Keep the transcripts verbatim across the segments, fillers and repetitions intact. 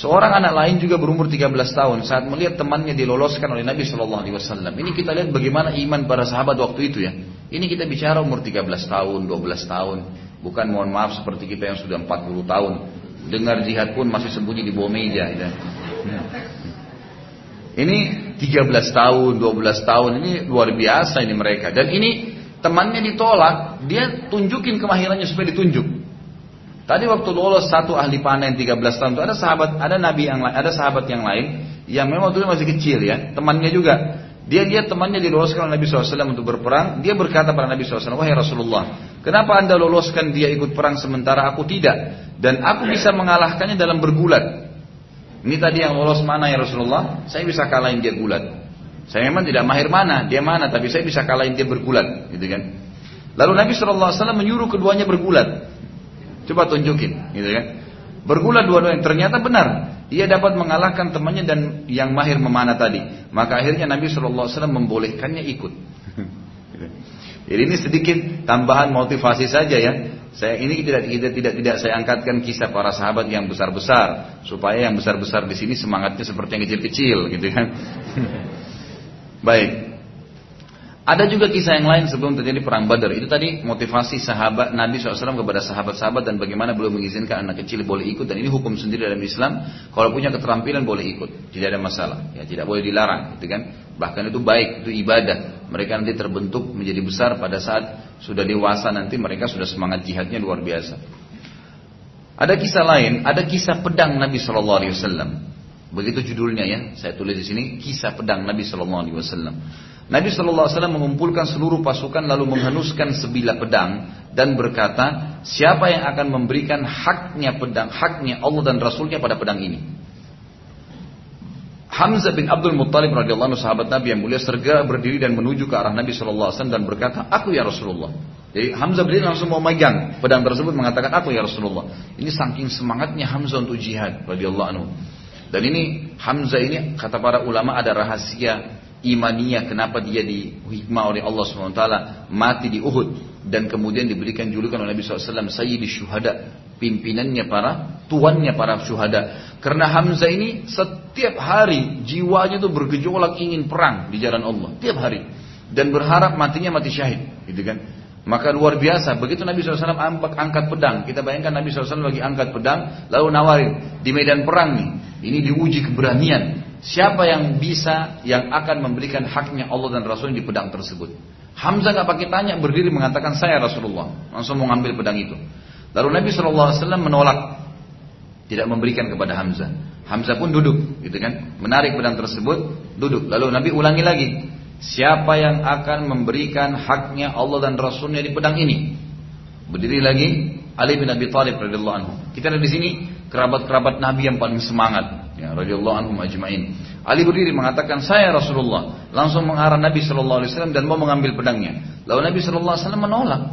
Seorang anak lain juga berumur tiga belas tahun saat melihat temannya diloloskan oleh Nabi Shallallahu Alaihi Wasallam. Ini kita lihat bagaimana iman para sahabat waktu itu ya. Ini kita bicara umur tiga belas tahun, dua belas tahun, bukan mohon maaf seperti kita yang sudah empat puluh tahun. Dengar jihad pun masih sembunyi di bawah meja. Ya. Ini tiga belas tahun, dua belas tahun, ini luar biasa ini mereka. Dan ini temannya ditolak, dia tunjukin kemahirannya supaya ditunjuk. Tadi waktu lolos satu ahli panen tiga belas tahun itu ada sahabat, ada nabi yang lain, ada sahabat yang lain yang memang dulu masih kecil ya, temannya juga. Dia lihat temannya diloloskan oleh Nabi shallallahu alaihi wasallam untuk berperang. Dia berkata pada Nabi shallallahu alaihi wasallam, wahai Rasulullah, kenapa anda loloskan dia ikut perang sementara aku tidak? Dan aku bisa mengalahkannya dalam bergulat. Ini tadi yang lolos mana ya Rasulullah? Saya bisa kalahin dia gulat. Saya memang tidak mahir mana, dia mana, tapi saya bisa kalahin dia bergulat, gitu kan? Lalu Nabi shallallahu alaihi wasallam menyuruh keduanya bergulat. Coba tunjukin, gitu kan? Bergulat dua-duanya, ternyata benar. Ia dapat mengalahkan temannya dan yang mahir memanah tadi. Maka akhirnya Nabi shallallahu alaihi wasallam membolehkannya ikut. Jadi ini sedikit tambahan motivasi saja ya. Saya ini tidak tidak tidak tidak saya angkatkan kisah para sahabat yang besar-besar supaya yang besar-besar di sini semangatnya seperti yang kecil-kecil, gitu kan? Baik. Ada juga kisah yang lain sebelum terjadi perang Badar. Itu tadi motivasi sahabat Nabi shallallahu alaihi wasallam kepada sahabat-sahabat dan bagaimana beliau mengizinkan anak kecil boleh ikut. Dan ini hukum sendiri dalam Islam. Kalau punya keterampilan boleh ikut, tidak ada masalah. Ya, tidak boleh dilarang, gitu kan? Bahkan itu baik, itu ibadah. Mereka nanti terbentuk menjadi besar pada saat sudah dewasa nanti mereka sudah semangat jihadnya luar biasa. Ada kisah lain, ada kisah pedang Nabi shallallahu alaihi wasallam. Begitu judulnya ya, saya tulis di sini kisah pedang Nabi shallallahu alaihi wasallam. Nabi shallallahu alaihi wasallam mengumpulkan seluruh pasukan lalu menghenuskan sebilah pedang dan berkata, siapa yang akan memberikan haknya pedang, haknya Allah dan Rasulnya pada pedang ini? Hamzah bin Abdul Muttalib radhiyallahu anhu sahabat Nabi yang mulia segera berdiri dan menuju ke arah Nabi shallallahu alaihi wasallam dan berkata, aku ya Rasulullah. Jadi Hamzah berdiri langsung mau megang pedang tersebut mengatakan, aku ya Rasulullah. Ini saking semangatnya Hamzah untuk jihad radhiyallahu anhu. Dan ini Hamzah ini kata para ulama ada rahasia imaniyah kenapa dia dihikmah oleh Allah subhanahu wa taala mati di Uhud dan kemudian diberikan julukan oleh Nabi shallallahu alaihi wasallam Sayyidi Syuhada, pimpinannya para tuannya para syuhada. Karena Hamzah ini setiap hari jiwanya itu bergejolak ingin perang di jalan Allah tiap hari dan berharap matinya mati syahid, gitu kan? Maka luar biasa begitu Nabi shallallahu alaihi wasallam angkat pedang. Kita bayangkan Nabi shallallahu alaihi wasallam lagi angkat pedang lalu nawarin di medan perang nih, ini diuji keberanian. Siapa yang bisa, yang akan memberikan haknya Allah dan Rasul di pedang tersebut? Hamzah gak pakai tanya, berdiri mengatakan saya Rasulullah. Langsung mau ngambil pedang itu. Lalu Nabi shallallahu alaihi wasallam menolak, tidak memberikan kepada Hamzah. Hamzah pun duduk, gitu kan? Menarik pedang tersebut, duduk. Lalu Nabi ulangi lagi, siapa yang akan memberikan haknya Allah dan Rasulnya di pedang ini? Berdiri lagi Ali bin Abi Thalib radhiyallahu anhu. Kita ada di sini kerabat-kerabat Nabi yang paling semangat. Ya, radhiyallahu anhum ajma'in. Ali berdiri mengatakan saya Rasulullah, langsung mengarah Nabi sallallahu alaihi wasallam dan mau mengambil pedangnya. Lalu Nabi sallallahu alaihi wasallam menolak.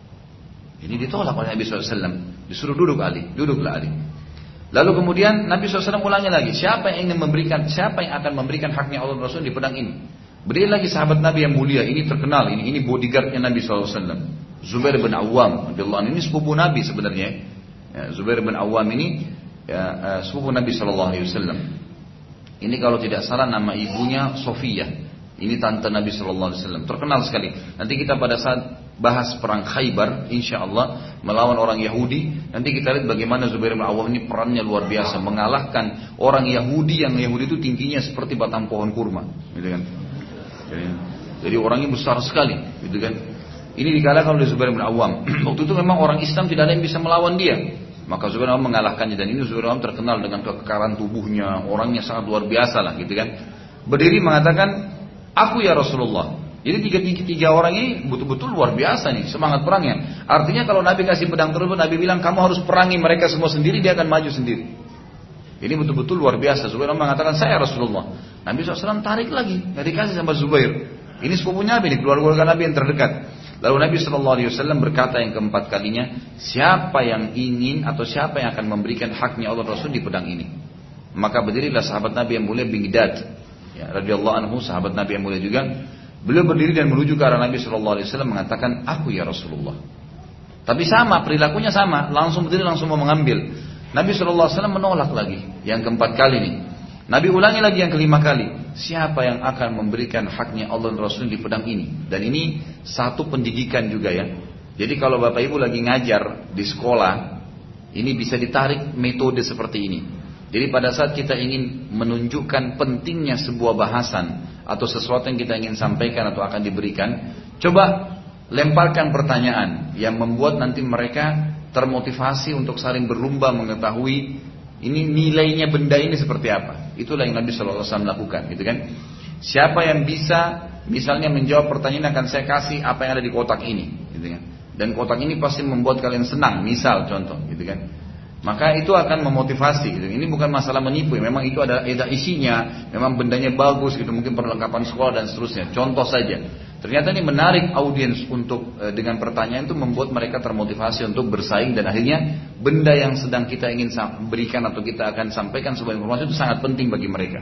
Ini ditolak oleh Nabi sallallahu alaihi wasallam. Disuruh duduk Ali, duduklah Ali. Lalu kemudian Nabi sallallahu alaihi wasallam ulangi lagi, siapa yang ingin memberikan, siapa yang akan memberikan haknya Allah dan Rasul di pedang ini? Berdiri lagi sahabat Nabi yang mulia, ini terkenal, ini ini bodyguardnya Nabi sallallahu alaihi wasallam. Zubair bin Awam radhiyallahu anhu, ini sepupu Nabi sebenarnya. Ya, Zubair bin Awam ini ya, uh, sepupu Nabi shallallahu alaihi wasallam. Ini kalau tidak salah nama ibunya Sofiyah. Ini tante Nabi shallallahu alaihi wasallam. Terkenal sekali. Nanti kita pada saat bahas perang Khaybar, insya Allah melawan orang Yahudi. Nanti kita lihat bagaimana Zubair bin Awam ini perannya luar biasa, mengalahkan orang Yahudi yang Yahudi itu tingginya seperti batang pohon kurma, gitu kan? Jadi, jadi orangnya besar sekali, gitu kan? Ini dikalahkan oleh Zubair bin Awam. Waktu itu memang orang Islam tidak ada yang bisa melawan dia. Maka Zubair bin Awam mengalahkannya dan ini Zubair bin Awam terkenal dengan kekekaran tubuhnya, orangnya sangat luar biasa lah, gitu kan. Berdiri mengatakan, aku ya Rasulullah. Jadi tiga, tiga, tiga orang ini betul-betul luar biasa nih semangat perangnya. Artinya kalau Nabi kasih pedang tersebut, Nabi bilang kamu harus perangi mereka semua sendiri, dia akan maju sendiri. Ini betul-betul luar biasa. Zubair bin Awam mengatakan saya Rasulullah. Nabi shallallahu alaihi wasallam tarik lagi, nggak dikasih sama Zubair. Ini sepupunya Nabi, keluarga Nabi yang terdekat. Lalu Nabi shallallahu alaihi wasallam berkata yang keempat kalinya, siapa yang ingin atau siapa yang akan memberikan haknya Allah Rasul di pedang ini? Maka berdirilah sahabat Nabi yang mulia Bighdad, ya, radhiyallahu anhu, sahabat Nabi yang mulia juga. Beliau berdiri dan menuju ke arah Nabi shallallahu alaihi wasallam mengatakan, aku ya Rasulullah. Tapi sama, perilakunya sama, langsung berdiri langsung mau mengambil. Nabi shallallahu alaihi wasallam menolak lagi yang keempat kali nih. Nabi ulangi lagi yang kelima kali. Siapa yang akan memberikan haknya Allah dan Rasul di pedang ini? Dan ini satu pendidikan juga ya. Jadi kalau Bapak Ibu lagi ngajar di sekolah, ini bisa ditarik metode seperti ini. Jadi pada saat kita ingin menunjukkan pentingnya sebuah bahasan atau sesuatu yang kita ingin sampaikan atau akan diberikan, coba lemparkan pertanyaan yang membuat nanti mereka termotivasi untuk saling berlomba mengetahui ini nilainya benda ini seperti apa. Itulah yang Nabi shallallahu alaihi wasallam lakukan, gitu kan? Siapa yang bisa misalnya menjawab pertanyaan akan saya kasih apa yang ada di kotak ini, gitu kan? Dan kotak ini pasti membuat kalian senang, misal contoh, gitu kan? Maka itu akan memotivasi, gitu. Ini bukan masalah menipu, memang itu ada ada isinya, memang bendanya bagus, gitu, mungkin perlengkapan sekolah dan seterusnya. Contoh saja. Ternyata ini menarik audiens untuk e, dengan pertanyaan itu membuat mereka termotivasi untuk bersaing dan akhirnya benda yang sedang kita ingin berikan atau kita akan sampaikan sebagai informasi itu sangat penting bagi mereka.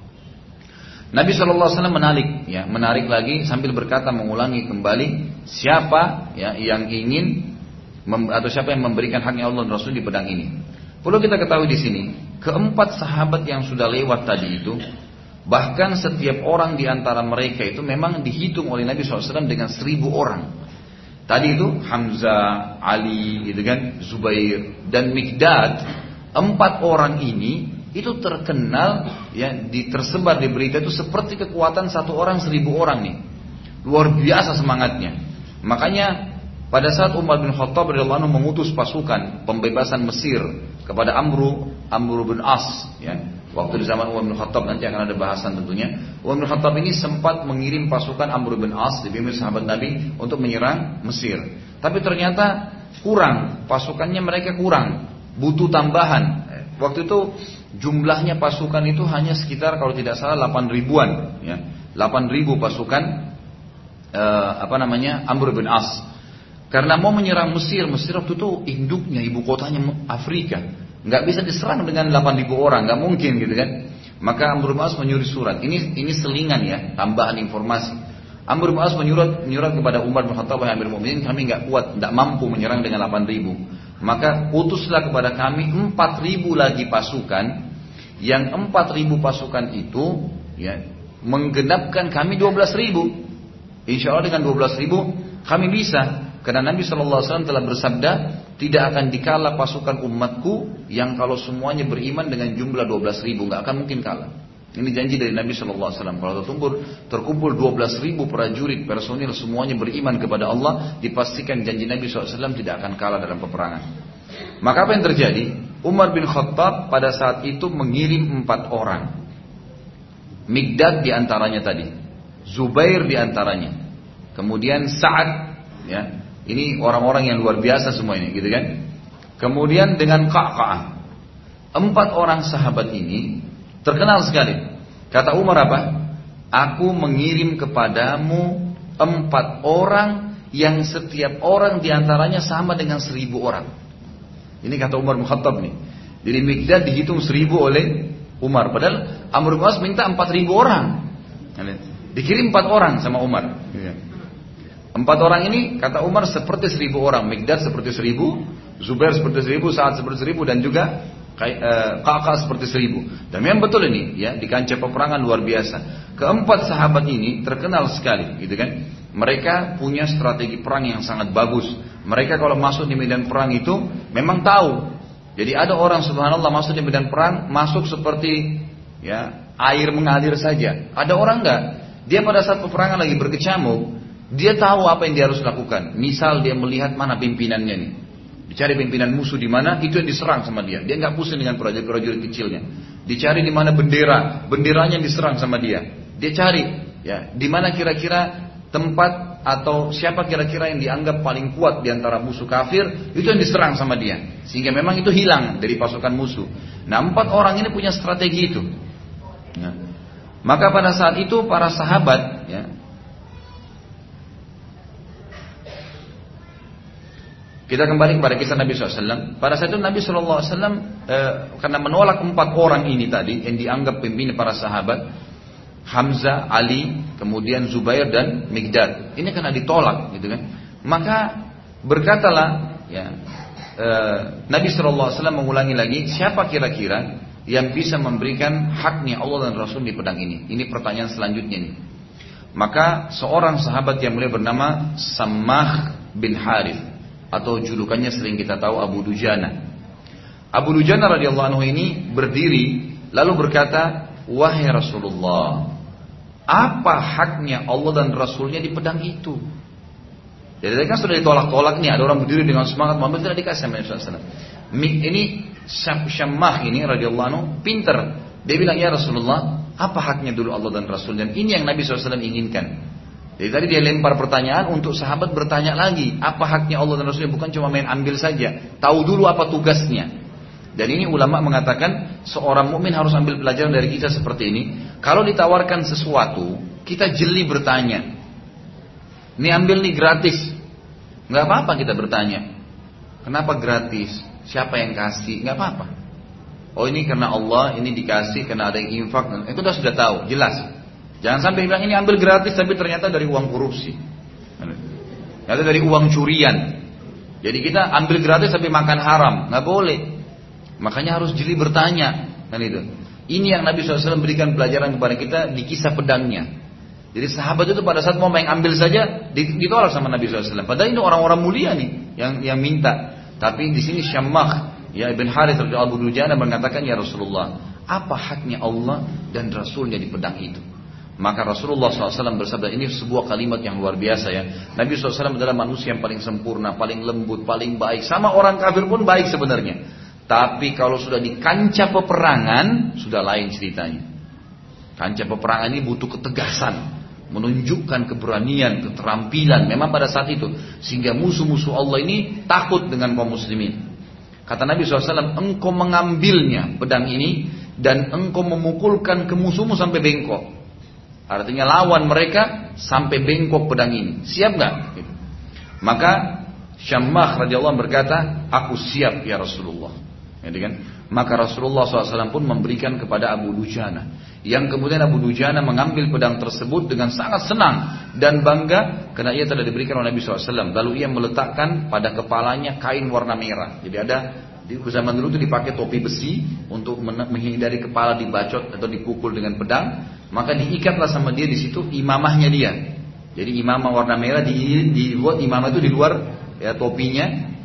Nabi shallallahu alaihi wasallam menarik, ya, menarik lagi sambil berkata mengulangi kembali siapa ya yang ingin mem, atau siapa yang memberikan haknya Allah dan Rasul di pedang ini. Perlu kita ketahui di sini keempat sahabat yang sudah lewat tadi itu. Bahkan setiap orang di antara mereka itu memang dihitung oleh Nabi shallallahu alaihi wasallam dengan seribu orang. Tadi itu Hamzah, Ali, gitu kan, Zubair dan Mikdad. Empat orang ini itu terkenal ya, di, tersebar di berita itu seperti kekuatan satu orang seribu orang nih. Luar biasa semangatnya. Makanya pada saat Umar bin Khattab radhiyallahu anhu memutus pasukan pembebasan Mesir kepada Amru Amru bin As, ya. Waktu di zaman Umar bin Khattab, nanti akan ada bahasan tentunya. Umar bin Khattab ini sempat mengirim pasukan Amr bin As, dipimpin sahabat Nabi, untuk menyerang Mesir. Tapi ternyata kurang, pasukannya mereka kurang, butuh tambahan. Waktu itu jumlahnya pasukan itu hanya sekitar kalau tidak salah delapan ribuan, ya. delapan ribu pasukan eh, apa namanya Amr bin As. Karena mau menyerang Mesir, Mesir waktu itu induknya, ibu kotanya Afrika. Nggak bisa diserang dengan delapan ribu orang, nggak mungkin gitu kan. Maka Amr bin As menyuruh surat. Ini ini selingan ya, tambahan informasi. Amr bin As menyurat menyurat kepada Umar bin Khattab, Amir Mukminin, kami nggak kuat, nggak mampu menyerang dengan delapan ribu. Maka utuslah kepada kami empat ribu lagi pasukan. Yang empat ribu pasukan itu ya menggenapkan kami dua belas ribu. Insya Allah dengan dua belas ribu kami bisa. Karena Nabi shallallahu alaihi wasallam telah bersabda, tidak akan dikalah pasukan umatku yang kalau semuanya beriman dengan jumlah dua belas ribu, nggak akan mungkin kalah. Ini janji dari Nabi shallallahu alaihi wasallam. Kalau terkumpul, terkumpul dua belas ribu prajurit personil semuanya beriman kepada Allah, dipastikan janji Nabi shallallahu alaihi wasallam tidak akan kalah dalam peperangan. Maka apa yang terjadi? Umar bin Khattab pada saat itu mengirim empat orang. Mikdad diantaranya tadi, Zubair diantaranya, kemudian Sa'ad, ya. Ini orang-orang yang luar biasa semua ini, gitu kan? Kemudian dengan Qa'qa'ah. Empat orang sahabat ini terkenal sekali. Kata Umar apa? Aku mengirim kepadamu empat orang yang setiap orang diantaranya sama dengan seribu orang. Ini kata Umar bin Khattab nih. Jadi Mikdad dihitung seribu oleh Umar. Padahal Amr bin As minta empat ribu orang. Dikirim empat orang sama Umar. Empat orang ini kata Umar seperti seribu orang, Mikdad seperti seribu, Zubair seperti seribu, Sa'ad seperti seribu, dan juga Qa'qa'ah seperti seribu. Dan memang betul ini, ya, di kancah peperangan luar biasa. Keempat sahabat ini terkenal sekali, gitu kan? Mereka punya strategi perang yang sangat bagus. Mereka kalau masuk di medan perang itu memang tahu. Jadi ada orang subhanallah masuk di medan perang, masuk seperti ya air mengalir saja. Ada orang enggak? Dia pada saat peperangan lagi berkecamuk. Dia tahu apa yang dia harus lakukan. Misal dia melihat mana pimpinannya nih, dicari pimpinan musuh di mana, itu yang diserang sama dia. Dia nggak pusing dengan prajurit-prajurit kecilnya. Dicari di mana bendera, benderanya diserang sama dia. Dia cari, ya, di mana kira-kira tempat atau siapa kira-kira yang dianggap paling kuat di antara musuh kafir, itu yang diserang sama dia. Sehingga memang itu hilang dari pasukan musuh. Nah, empat orang ini punya strategi itu. Ya. Maka pada saat itu para sahabat, ya, kita kembali kepada kisah Nabi shallallahu alaihi wasallam. Pada saat itu Nabi shallallahu alaihi wasallam eh, karena menolak empat orang ini tadi yang dianggap pemimpin para sahabat, Hamzah, Ali, kemudian Zubair dan Mikdad. Ini karena ditolak, gitu kan? Maka berkatalah, ya, uh, Nabi shallallahu alaihi wasallam mengulangi lagi, siapa kira-kira yang bisa memberikan haknya Allah dan Rasul di pedang ini? Ini pertanyaan selanjutnya nih. Maka seorang sahabat yang mulia bernama Sammah bin Harith, atau julukannya sering kita tahu Abu Dujana. Abu Dujana radhiyallahu anhu ini berdiri lalu berkata, wahai Rasulullah, apa haknya Allah dan Rasulnya di pedang itu? Jadi tadi kan sudah ditolak-tolak nih, ada orang berdiri dengan semangat, Muhammad tidak dikasih sama Nabi shallallahu alaihi wasallam. Ini Syammah ini radhiyallahu anhu pinter. Dia bilang, ya Rasulullah, apa haknya dulu Allah dan Rasul? Dan ini yang Nabi shallallahu alaihi wasallam inginkan. Jadi tadi dia lempar pertanyaan untuk sahabat bertanya lagi, apa haknya Allah dan Rasulnya? Bukan cuma main ambil saja, tahu dulu apa tugasnya. Dan ini ulama mengatakan seorang mukmin harus ambil pelajaran dari kita seperti ini. Kalau ditawarkan sesuatu, kita jeli bertanya. Ini ambil nih gratis, nggak apa-apa kita bertanya. Kenapa gratis? Siapa yang kasih? Nggak apa-apa. Oh ini karena Allah, ini dikasih karena ada yang infak. Itu sudah sudah tahu, jelas. Jangan sampai bilang ini ambil gratis tapi ternyata dari uang korupsi, ternyata dari uang curian. Jadi kita ambil gratis tapi makan haram, nggak boleh. Makanya harus jeli bertanya, kan itu. Ini yang Nabi shallallahu alaihi wasallam berikan pelajaran kepada kita di kisah pedangnya. Jadi sahabat itu pada saat mau main ambil saja ditolak sama Nabi shallallahu alaihi wasallam. Padahal ini orang-orang mulia nih yang yang minta. Tapi di sini Syammah ya Ibn Harith Abu Dujana mengatakan, ya Rasulullah, apa haknya Allah dan Rasulnya di pedang itu? Maka Rasulullah shallallahu alaihi wasallam bersabda, ini sebuah kalimat yang luar biasa ya. Nabi shallallahu alaihi wasallam adalah manusia yang paling sempurna, paling lembut, paling baik. Sama orang kafir pun baik sebenarnya. Tapi kalau sudah di kancah peperangan, sudah lain ceritanya. Kancah peperangan ini butuh ketegasan, menunjukkan keberanian, keterampilan. Memang pada saat itu, sehingga musuh-musuh Allah ini takut dengan kaum muslimin. Kata Nabi shallallahu alaihi wasallam, engkau mengambilnya pedang ini dan engkau memukulkan ke musuhmu sampai bengkok. Artinya lawan mereka sampai bengkok pedang ini. Siap gak? Maka Syammah radhiyallahu anhu berkata, aku siap ya Rasulullah. Gitu kan? Maka Rasulullah shallallahu alaihi wasallam pun memberikan kepada Abu Dujana. Yang kemudian Abu Dujana mengambil pedang tersebut dengan sangat senang dan bangga karena ia telah diberikan oleh Nabi shallallahu alaihi wasallam. Lalu ia meletakkan pada kepalanya kain warna merah. Jadi ada di zaman dulu itu dipakai topi besi untuk menghindari kepala dibacot atau dipukul dengan pedang. Maka diikatlah sama dia di situ imamahnya dia. Jadi imamah warna merah dibuat imamah itu di luar ya topinya.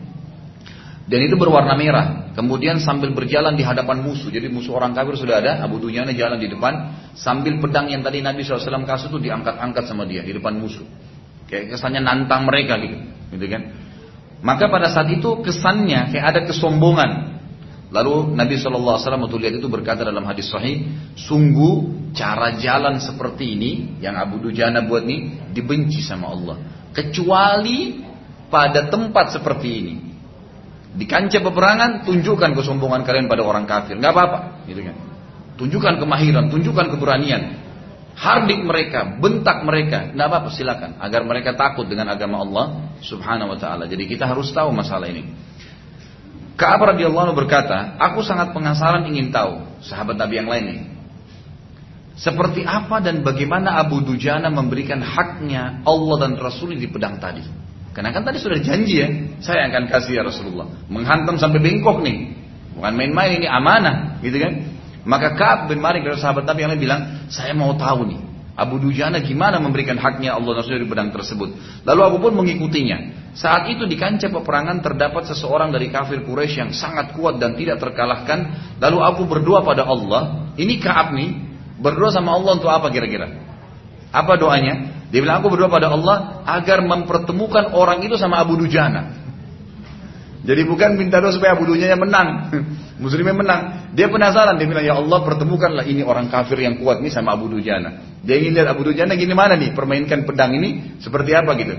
Dan itu berwarna merah. Kemudian sambil berjalan di hadapan musuh. Jadi musuh orang kafir sudah ada. Abu Dujana jalan di depan. Sambil pedang yang tadi Nabi shallallahu alaihi wasallam kasih itu diangkat-angkat sama dia di depan musuh. Kayak kesannya nantang mereka gitu. Gitu kan. Maka pada saat itu kesannya kayak ada kesombongan. Lalu Nabi shallallahu alaihi wasallam waktu lihat itu berkata dalam hadis sahih, sungguh cara jalan seperti ini yang Abu Dujana buat ini dibenci sama Allah. Kecuali pada tempat seperti ini. Di kancah peperangan, tunjukkan kesombongan kalian pada orang kafir, nggak apa-apa, gitu kan? Tunjukkan kemahiran, tunjukkan keberanian, hardik mereka, bentak mereka, nggak apa-apa, silakan, agar mereka takut dengan agama Allah Subhanahu Wa Taala. Jadi kita harus tahu masalah ini. Ka'ab radhiyallahu anhu berkata, aku sangat penasaran ingin tahu sahabat Nabi yang lain ini, seperti apa dan bagaimana Abu Dujana memberikan haknya Allah dan Rasul di pedang tadi. Karena kan tadi sudah janji ya, saya akan kasih ya Rasulullah. Menghantam sampai bengkok nih, bukan main-main, ini amanah, gitu kan? Maka Ka'ab bin Malik dari sahabat Nabi yang lain bilang, saya mau tahu nih, Abu Dujana gimana memberikan haknya Allah dan Rasul di pedang tersebut. Lalu aku pun mengikutinya. Saat itu di kancah peperangan terdapat seseorang dari kafir Quraisy yang sangat kuat dan tidak terkalahkan. Lalu aku berdoa pada Allah. Ini Ka'ab nih berdoa sama Allah untuk apa kira-kira? Apa doanya? Dia bilang, aku berdoa pada Allah agar mempertemukan orang itu sama Abu Dujana. Jadi bukan minta doa supaya Abu Dujana menang, muslimnya menang. Dia penasaran, dia bilang, ya Allah pertemukanlah ini orang kafir yang kuat nih sama Abu Dujana. Dia ingin lihat Abu Dujana gimana nih, permainkan pedang ini seperti apa gitu.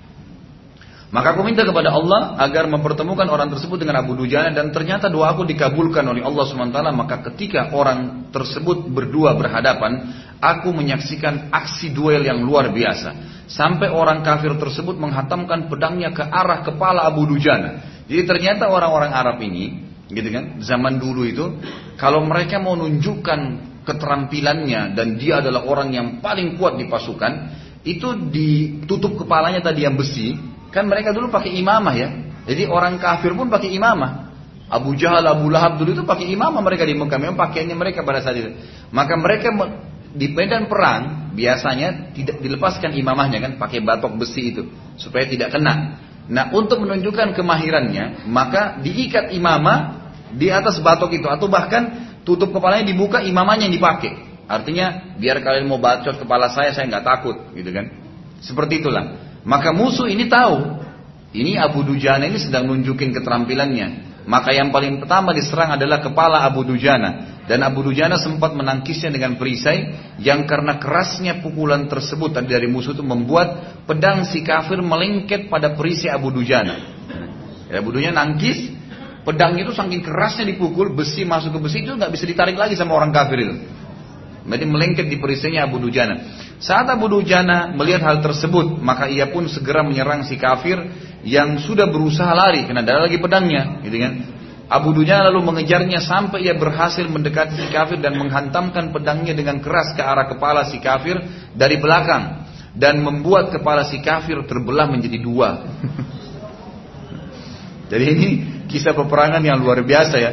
Maka aku minta kepada Allah agar mempertemukan orang tersebut dengan Abu Dujana, dan ternyata doa aku dikabulkan oleh Allah subhanahu wa taala. Maka ketika orang tersebut berdua berhadapan, aku menyaksikan aksi duel yang luar biasa. Sampai orang kafir tersebut menghantamkan pedangnya ke arah kepala Abu Dujana. Jadi ternyata orang-orang Arab ini, gitu kan, zaman dulu itu, kalau mereka mau menunjukkan keterampilannya dan dia adalah orang yang paling kuat di pasukan, itu ditutup kepalanya tadi yang besi. Kan mereka dulu pakai imamah ya, Jadi orang kafir pun pakai imamah. Abu Jahal, Abu Lahab dulu itu pakai imamah mereka di Mekah. Memang pakaiannya mereka pada saat itu. Maka mereka di medan perang biasanya tidak dilepaskan imamahnya kan, pakai batok besi itu supaya tidak kena. Nah, untuk menunjukkan kemahirannya, maka diikat imamah di atas batok itu, atau bahkan tutup kepalanya dibuka, imamahnya yang dipakai. Artinya biar kalian mau bacot kepala saya, saya nggak takut, gitu kan? Seperti itulah. Maka musuh ini tahu, ini Abu Dujana ini sedang nunjukin keterampilannya. Maka yang paling pertama diserang adalah kepala Abu Dujana. Dan Abu Dujana sempat menangkisnya dengan perisai, yang karena kerasnya pukulan tersebut tadi dari musuh itu membuat pedang si kafir melengket pada perisai Abu Dujana. Ya, Abu Dujana nangkis, pedang itu saking kerasnya dipukul, besi masuk ke besi itu nggak bisa ditarik lagi sama orang kafir itu. Jadi melengket di perisainya Abu Dujana. Saat Abu Dujana melihat hal tersebut, maka ia pun segera menyerang si kafir yang sudah berusaha lari karena ada lagi pedangnya, gitu kan? Abu Dujana lalu mengejarnya sampai ia berhasil mendekati si kafir dan menghantamkan pedangnya dengan keras ke arah kepala si kafir dari belakang dan membuat kepala si kafir terbelah menjadi dua. Jadi ini kisah peperangan yang luar biasa ya.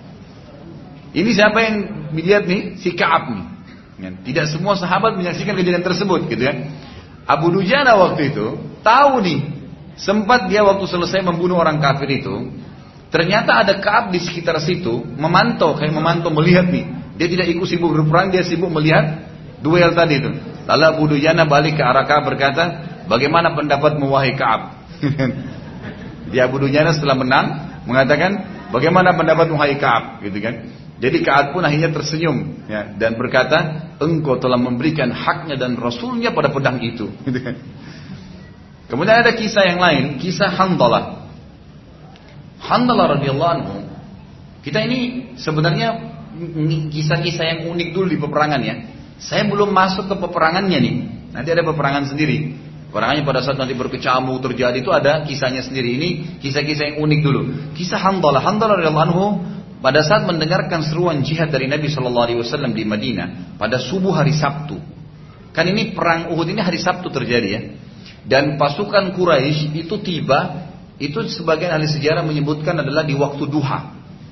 Ini siapa yang melihat nih? Si Ka'ab nih. Tidak semua sahabat menyaksikan kejadian tersebut, gitu ya. Abu Dujana waktu itu tahu nih, sempat dia waktu selesai membunuh orang kafir itu, ternyata ada Ka'ab di sekitar situ, memantau, kayak memantau melihat nih. Dia tidak ikut sibuk berperang, dia sibuk melihat duel tadi itu. Lalu Abu Dujana balik ke arah Ka'ab berkata, bagaimana pendapatmu wahai Ka'ab? Dia Abu Dujana setelah menang mengatakan, bagaimana pendapatmu wahai Ka'ab? Gitu kan? Jadi Ka'ab pun akhirnya tersenyum ya, dan berkata, engkau telah memberikan haknya dan rasulnya pada pedang itu. Gitu kan? Kemudian ada kisah yang lain, kisah Handalah. Handalah radhiyallahu anhu. Kita ini sebenarnya kisah-kisah yang unik dulu di peperangan ya. Saya belum masuk ke peperangannya nih. Nanti ada peperangan sendiri. Peperangannya pada saat nanti berkecamuk terjadi itu ada kisahnya sendiri. Ini kisah-kisah yang unik dulu. Kisah Handalah. Handalah radhiyallahu anhu pada saat mendengarkan seruan jihad dari Nabi shallallahu alaihi wasallam di Madinah pada subuh hari Sabtu. Kan ini perang Uhud ini hari Sabtu terjadi ya. Dan pasukan Quraisy itu tiba, itu sebagian ahli sejarah menyebutkan adalah di waktu duha.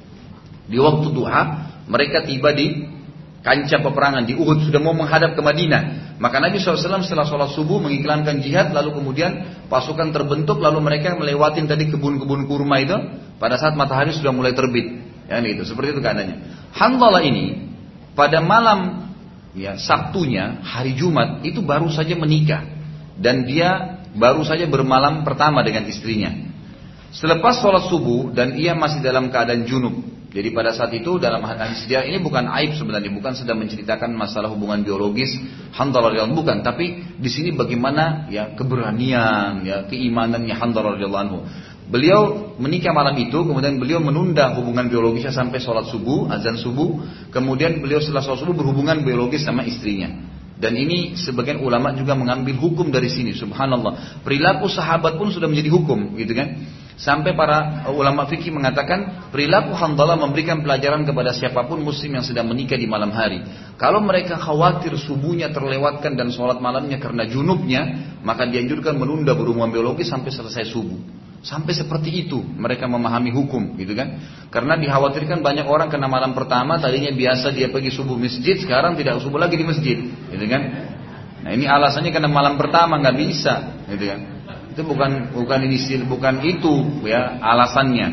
Di waktu duha mereka tiba di kancah peperangan di Uhud, sudah mau menghadap ke Madinah. Maka Nabi shallallahu alaihi wasallam setelah sholat subuh mengiklankan jihad, lalu kemudian pasukan terbentuk, lalu mereka melewatin tadi kebun-kebun kurma itu pada saat matahari sudah mulai terbit. Ya, itu seperti itu keadaannya. Handalah ini pada malam ya Sabtunya hari Jumat itu baru saja menikah dan dia baru saja bermalam pertama dengan istrinya. Selepas sholat subuh dan ia masih dalam keadaan junub. Jadi pada saat itu dalam hadis sejarah ini bukan aib sebenarnya, bukan sedang menceritakan masalah hubungan biologis Handalah radhiyallahu anhu, bukan, tapi di sini bagaimana ya keberanian, ya keimanannya Handalah radhiyallahu anhu. Beliau menikah malam itu, kemudian beliau menunda hubungan biologisnya sampai sholat subuh, azan subuh, kemudian beliau setelah sholat subuh berhubungan biologis sama istrinya. Dan ini sebagian ulama juga mengambil hukum dari sini, subhanallah. Perilaku sahabat pun sudah menjadi hukum, gitu kan? Sampai para ulama fikih mengatakan perilaku Handalah memberikan pelajaran kepada siapapun muslim yang sedang menikah di malam hari. Kalau mereka khawatir subuhnya terlewatkan dan sholat malamnya karena junubnya, maka dianjurkan menunda berhubungan biologis sampai selesai subuh. Sampai seperti itu mereka memahami hukum, gitu kan? Karena dikhawatirkan banyak orang kena malam pertama, tadinya biasa dia pergi subuh masjid, sekarang tidak subuh lagi di masjid, gitu kan? Nah ini alasannya karena malam pertama nggak bisa, gitu kan? Itu bukan bukan ini bukan itu ya alasannya.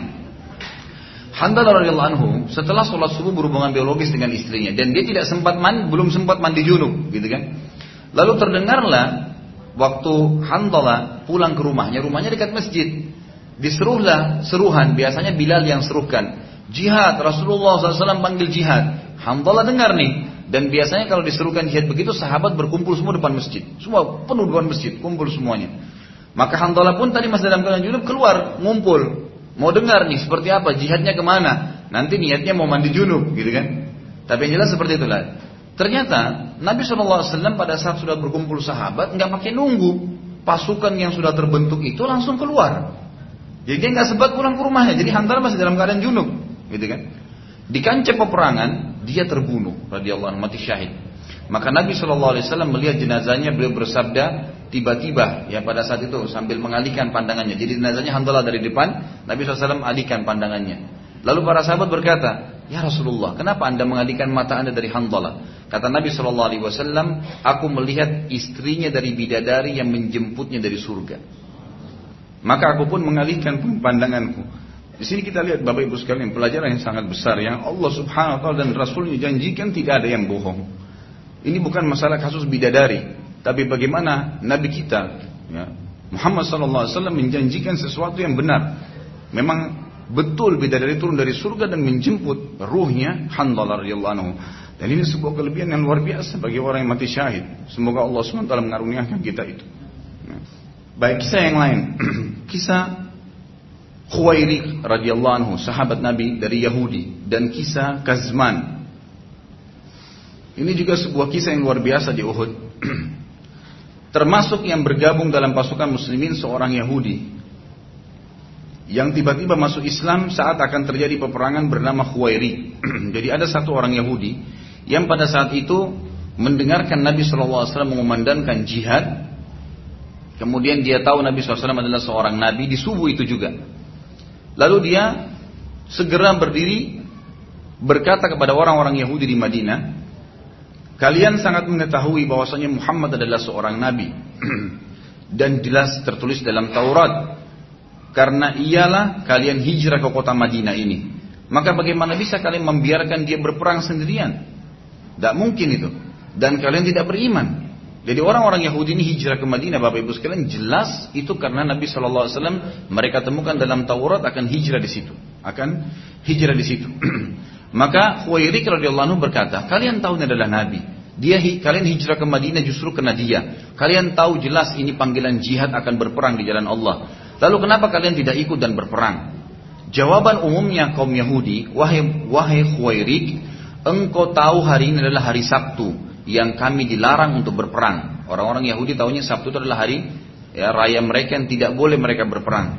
Handalah radhiyallahu anhu setelah sholat subuh berhubungan biologis dengan istrinya dan dia tidak sempat mandi, belum sempat mandi junub, gitu kan? Lalu terdengarlah waktu Handalah pulang ke rumahnya, rumahnya dekat masjid. Diseruhlah seruhan, biasanya Bilal yang serukan, jihad, Rasulullah shallallahu alaihi wasallam panggil jihad. Handalah dengar nih, dan biasanya kalau diserukan jihad begitu sahabat berkumpul semua depan masjid, semua penuh depan masjid, kumpul semuanya. Maka Handalah pun tadi masih dalam keadaan junub keluar, ngumpul, mau dengar nih seperti apa, jihadnya kemana, nanti niatnya mau mandi junub, gitu kan? Tapi yang jelas seperti itulah. Ternyata Nabi shallallahu alaihi wasallam pada saat sudah berkumpul sahabat nggak pakai nunggu, pasukan yang sudah terbentuk itu langsung keluar. Jadi dia nggak sempat pulang ke rumahnya. Jadi Handalah masih dalam keadaan junub, gitu kan? Di kancah peperangan dia terbunuh, radhiyallahu anhu, mati syahid. Maka Nabi shallallahu alaihi wasallam melihat jenazahnya, beliau bersabda tiba-tiba ya pada saat itu sambil mengalihkan pandangannya. Jadi jenazahnya Handalah dari depan, Nabi shallallahu alaihi wasallam alihkan pandangannya. Lalu para sahabat berkata, ya Rasulullah, kenapa anda mengalihkan mata anda dari Handalah? Kata Nabi shallallahu alaihi wasallam, aku melihat istrinya dari bidadari yang menjemputnya dari surga. Maka aku pun mengalihkan pandanganku. Di sini kita lihat Bapak Ibu sekalian pelajaran yang sangat besar yang Allah Subhanahu wa taala dan Rasulnya janjikan tidak ada yang bohong. Ini bukan masalah kasus bidadari, tapi bagaimana Nabi kita ya, Muhammad sallallahu alaihi wasallam menjanjikan sesuatu yang benar. Memang betul bidadari turun dari surga dan menjemput ruhnya Handalah radhiyallahu anhu. Dan ini sebuah kelebihan yang luar biasa bagi orang yang mati syahid. Semoga Allah subhanahu wa taala mengaruniakan kita itu. Nah, baik kisah yang lain. Kisah Khuwairiq radhiyallahu anhu, sahabat Nabi dari Yahudi, dan kisah Kazman. Ini juga sebuah kisah yang luar biasa di Uhud. Termasuk yang bergabung dalam pasukan muslimin seorang Yahudi yang tiba-tiba masuk Islam saat akan terjadi peperangan bernama Khuwairiq. Jadi ada satu orang Yahudi yang pada saat itu mendengarkan Nabi shallallahu alaihi wasallam mengumandangkan jihad. Kemudian dia tahu Nabi shallallahu alaihi wasallam adalah seorang Nabi di subuh itu juga. Lalu dia segera berdiri berkata kepada orang-orang Yahudi di Madinah, kalian sangat mengetahui bahwasanya Muhammad adalah seorang Nabi dan jelas tertulis dalam Taurat, karena ialah kalian hijrah ke kota Madinah ini. Maka bagaimana bisa kalian membiarkan dia berperang sendirian? Tidak mungkin itu. Dan kalian tidak beriman. Jadi orang-orang Yahudi ini hijrah ke Madinah, Bapak Ibu sekalian, jelas itu karena Nabi shallallahu alaihi wasallam mereka temukan dalam Taurat akan hijrah di situ, akan hijrah di situ. Maka Khuwairiq radhiyallahu anhu berkata, kalian tahu ini adalah Nabi. Dia kalian hijrah ke Madinah justru karena dia. Kalian tahu jelas ini panggilan jihad akan berperang di jalan Allah. Lalu kenapa kalian tidak ikut dan berperang? Jawaban umumnya kaum Yahudi, wahai wahai Khuwairiq, engkau tahu hari ini adalah hari Sabtu yang kami dilarang untuk berperang. Orang-orang Yahudi tahunya Sabtu itu adalah hari ya, raya mereka yang tidak boleh mereka berperang.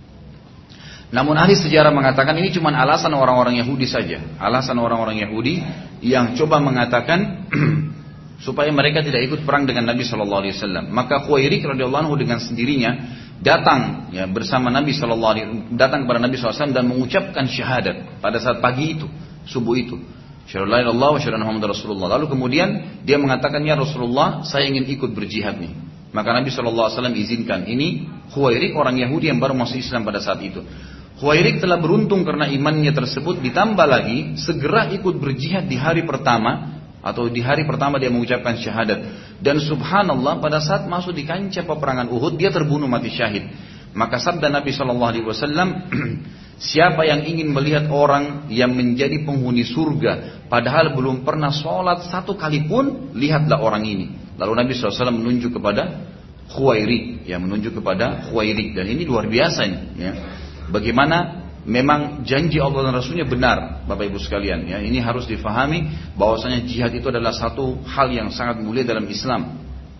Namun ahli sejarah mengatakan ini cuma alasan orang-orang Yahudi saja. Alasan orang-orang Yahudi yang coba mengatakan supaya mereka tidak ikut perang dengan Nabi shallallahu alaihi wasallam. Maka Khuwairiq radhiyallahu anhu dengan sendirinya datang ya, bersama Nabi shallallahu alaihi wasallam, datang kepada Nabi shallallahu alaihi wasallam dan mengucapkan syahadat pada saat pagi itu, subuh itu. Syahadu la ilaha illallah wa syahadu anna Muhammadar Rasulullah. Lalu kemudian dia mengatakan, ya Rasulullah, saya ingin ikut berjihad nih. Maka Nabi shallallahu alaihi wasallam izinkan. Ini Khuwairiq orang Yahudi yang baru masuk Islam pada saat itu. Khuwairiq telah beruntung karena imannya tersebut, ditambah lagi segera ikut berjihad di hari pertama, atau di hari pertama dia mengucapkan syahadat. Dan subhanallah pada saat masuk di kancah peperangan Uhud dia terbunuh mati syahid. Maka sabda Nabi shallallahu alaihi wasallam, siapa yang ingin melihat orang yang menjadi penghuni surga padahal belum pernah sholat satu kali pun, lihatlah orang ini. Lalu Nabi shallallahu alaihi wasallam menunjuk kepada Khuwairiq, ya menunjuk kepada Khuwairiq. Dan ini luar biasa ini, ya. Bagaimana memang janji Allah dan Rasulnya benar, Bapak Ibu sekalian. Ya, ini harus difahami bahwasanya jihad itu adalah satu hal yang sangat mulia dalam Islam.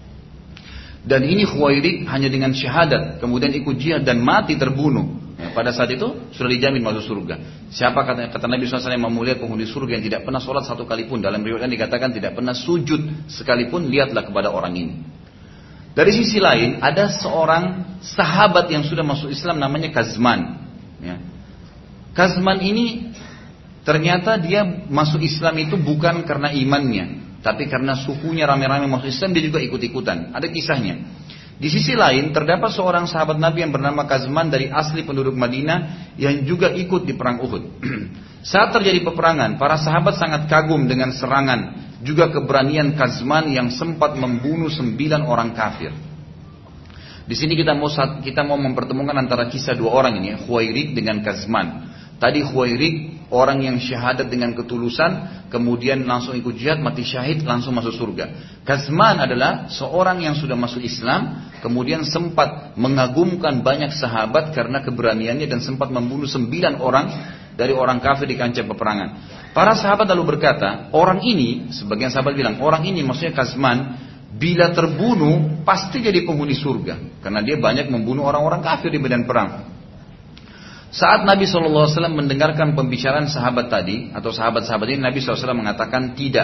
Dan ini Khuwairiq hanya dengan syahadat, kemudian ikut jihad dan mati terbunuh. Ya, pada saat itu sudah dijamin masuk surga. Siapa kata, kata Nabi shallallahu alaihi wasallam yang memuliakan penghuni surga yang tidak pernah sholat satu kali pun, dalam riwayat dikatakan tidak pernah sujud sekalipun, lihatlah kepada orang ini. Dari sisi lain ada seorang sahabat yang sudah masuk Islam namanya Kazman. Ya. Kazman ini ternyata dia masuk Islam itu bukan karena imannya, tapi karena sukunya rame-rame masuk Islam, dia juga ikut-ikutan. Ada kisahnya. Di sisi lain terdapat seorang sahabat Nabi yang bernama Kazman dari asli penduduk Madinah yang juga ikut di perang Uhud. Saat terjadi peperangan, para sahabat sangat kagum dengan serangan juga keberanian Kazman yang sempat membunuh sembilan orang kafir. Di sini kita mau kita mau mempertemukan antara kisah dua orang ini, Khuwairiq dengan Kazman. Tadi Khuwairiq orang yang syahadat dengan ketulusan, kemudian langsung ikut jihad, mati syahid, langsung masuk surga. Kazman adalah seorang yang sudah masuk Islam, kemudian sempat mengagumkan banyak sahabat karena keberaniannya dan sempat membunuh sembilan orang dari orang kafir di kancah peperangan. Para sahabat lalu berkata, orang ini, sebagian sahabat bilang, orang ini maksudnya Kazman, bila terbunuh pasti jadi penghuni surga, karena dia banyak membunuh orang-orang kafir di medan perang. Saat Nabi shallallahu alaihi wasallam mendengarkan pembicaraan sahabat tadi atau sahabat-sahabat ini, Nabi shallallahu alaihi wasallam mengatakan tidak,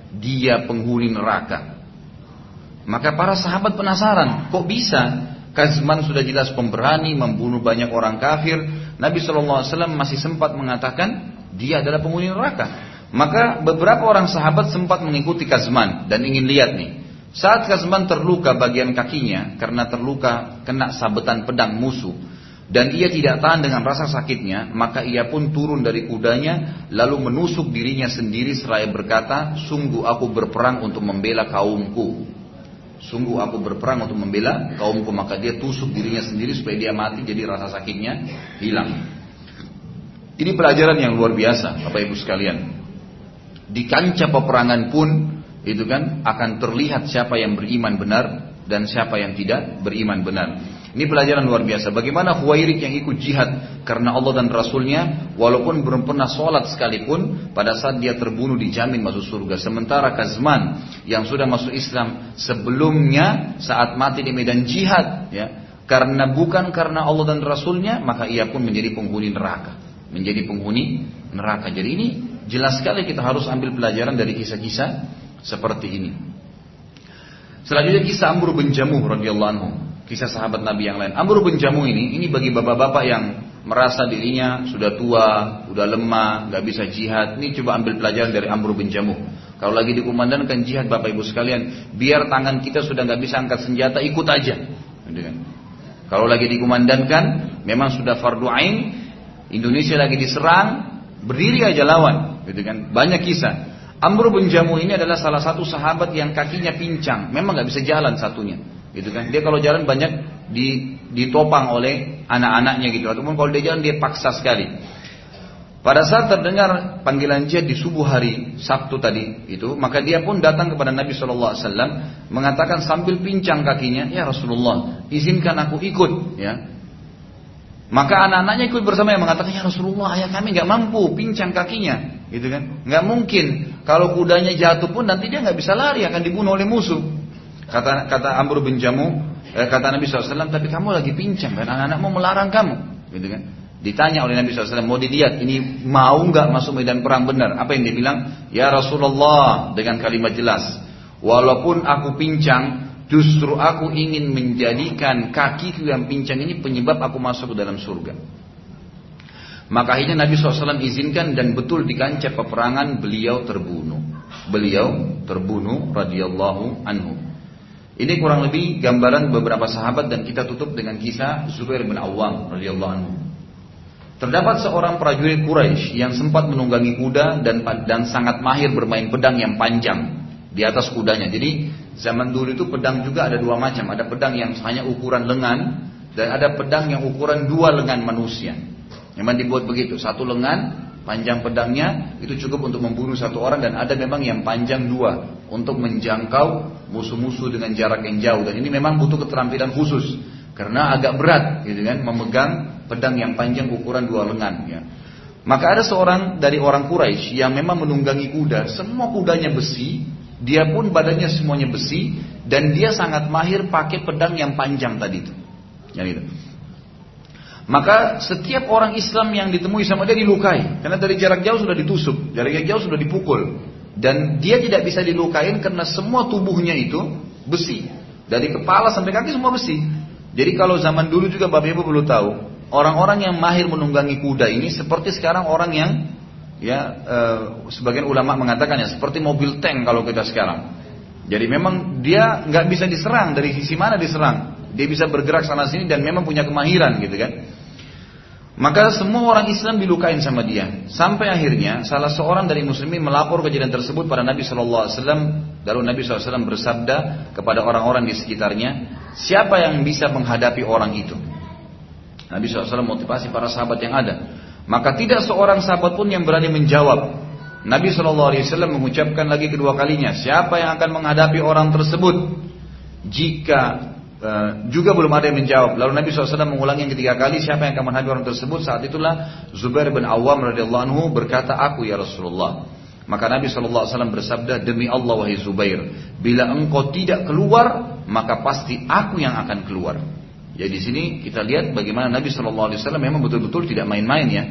dia penghuni neraka. Maka para sahabat penasaran, kok bisa? Kazman sudah jelas pemberani, membunuh banyak orang kafir. Nabi shallallahu alaihi wasallam masih sempat mengatakan dia adalah penghuni neraka. Maka beberapa orang sahabat sempat mengikuti Kazman dan ingin lihat nih. Saat Kazman terluka bagian kakinya karena terluka kena sabetan pedang musuh dan ia tidak tahan dengan rasa sakitnya, maka ia pun turun dari kudanya lalu menusuk dirinya sendiri seraya berkata, sungguh aku berperang untuk membela kaumku. Sungguh aku berperang untuk membela kaumku. Maka dia tusuk dirinya sendiri supaya dia mati, jadi rasa sakitnya hilang. Ini pelajaran yang luar biasa Bapak Ibu sekalian. Di kancah peperangan pun itu kan akan terlihat siapa yang beriman benar dan siapa yang tidak beriman benar. Ini pelajaran luar biasa. Bagaimana Khuwairid yang ikut jihad karena Allah dan Rasulnya, walaupun belum pernah sholat sekalipun, pada saat dia terbunuh dijamin masuk surga. Sementara Kazman yang sudah masuk Islam sebelumnya saat mati di medan jihad, ya, karena bukan karena Allah dan Rasulnya, maka ia pun menjadi penghuni neraka. Menjadi penghuni neraka. Jadi ini jelas sekali kita harus ambil pelajaran dari kisah-kisah seperti ini. Selanjutnya kisah Amr bin Jamuh radhiyallahu anhu, kisah sahabat Nabi yang lain. Amr bin Jamuh ini, ini bagi bapak-bapak yang merasa dirinya sudah tua, sudah lemah, nggak bisa jihad. Ini coba ambil pelajaran dari Amr bin Jamuh. Kalau lagi dikumandangkan jihad Bapak Ibu sekalian, biar tangan kita sudah nggak bisa angkat senjata, ikut aja. Kalau lagi dikumandangkan, memang sudah fardu ain, Indonesia lagi diserang, berdiri aja lawan, gitu kan? Banyak kisah. Amr bin Jamuh ini adalah salah satu sahabat yang kakinya pincang, memang nggak bisa jalan satunya, gitu kan? Dia kalau jalan banyak ditopang oleh anak-anaknya gitu, ataupun kalau dia jalan dia paksa sekali. Pada saat terdengar panggilan jihad di subuh hari Sabtu tadi itu, maka dia pun datang kepada Nabi shallallahu alaihi wasallam mengatakan sambil pincang kakinya, ya Rasulullah, izinkan aku ikut, ya. Maka anak-anaknya ikut bersama yang mengatakan, ya Rasulullah, ayah kami nggak mampu, pincang kakinya, gitu kan? Nggak mungkin. Kalau kudanya jatuh pun nanti dia nggak bisa lari, akan dibunuh oleh musuh. Kata kata Amr bin Jamuh, eh, kata Nabi shallallahu alaihi wasallam, tapi kamu lagi pincang dan anak-anakmu melarang kamu, gitu kan? Ditanya oleh Nabi shallallahu alaihi wasallam, mau dilihat ini mau nggak masuk medan perang benar? Apa yang dia bilang? Ya Rasulullah, dengan kalimat jelas, walaupun aku pincang, justru aku ingin menjadikan kakiku yang pincang ini penyebab aku masuk ke dalam surga. Maka akhirnya Nabi shallallahu alaihi wasallam izinkan, dan betul di kancah peperangan beliau terbunuh. Beliau terbunuh radhiyallahu anhu. Ini kurang lebih gambaran beberapa sahabat, dan kita tutup dengan kisah Zubair bin Awwam radhiyallahu anhu. Terdapat seorang prajurit Quraisy yang sempat menunggangi kuda dan dan sangat mahir bermain pedang yang panjang di atas kudanya. Jadi zaman dulu itu pedang juga ada dua macam. Ada pedang yang hanya ukuran lengan, dan ada pedang yang ukuran dua lengan manusia. Memang dibuat begitu, satu lengan panjang pedangnya itu cukup untuk membunuh satu orang, dan ada memang yang panjang dua untuk menjangkau musuh-musuh dengan jarak yang jauh. Dan ini memang butuh keterampilan khusus karena agak berat, gitu kan, memegang pedang yang panjang ukuran dua lengan, ya. Maka ada seorang dari orang Quraisy yang memang menunggangi kuda, semua kudanya besi, dia pun badannya semuanya besi, dan dia sangat mahir pakai pedang yang panjang tadi itu. Yang itu. Maka setiap orang Islam yang ditemui sama dia dilukai, karena dari jarak jauh sudah ditusuk, jarak jauh sudah dipukul, dan dia tidak bisa dilukain karena semua tubuhnya itu besi, dari kepala sampai kaki semua besi. Jadi kalau zaman dulu juga Bapak Ibu perlu tahu, orang-orang yang mahir menunggangi kuda ini seperti sekarang orang yang, ya, e, sebagian ulama mengatakan ya seperti mobil tank kalau kita sekarang. Jadi memang dia nggak bisa diserang dari sisi mana diserang, dia bisa bergerak sana sini dan memang punya kemahiran, gitu kan. Maka semua orang Islam dilukain sama dia, sampai akhirnya salah seorang dari muslimin melapor kejadian tersebut pada Nabi shallallahu alaihi wasallam. Lalu Nabi shallallahu alaihi wasallam bersabda kepada orang-orang di sekitarnya, siapa yang bisa menghadapi orang itu? Nabi shallallahu alaihi wasallam motivasi para sahabat yang ada. Maka tidak seorang sahabat pun yang berani menjawab. Nabi shallallahu alaihi wasallam mengucapkan lagi kedua kalinya, siapa yang akan menghadapi orang tersebut? Jika Uh, juga belum ada yang menjawab. Lalu Nabi shallallahu alaihi wasallam mengulangi yang ketiga kali, siapa yang akan menghadapi orang tersebut? Saat itulah Zubair bin Awwam radhiyallahu anhu berkata, aku ya Rasulullah. Maka Nabi shallallahu alaihi wasallam bersabda, demi Allah wahai Zubair, bila engkau tidak keluar, maka pasti aku yang akan keluar. Jadi di sini kita lihat bagaimana Nabi shallallahu alaihi wasallam memang betul-betul tidak main-main, ya.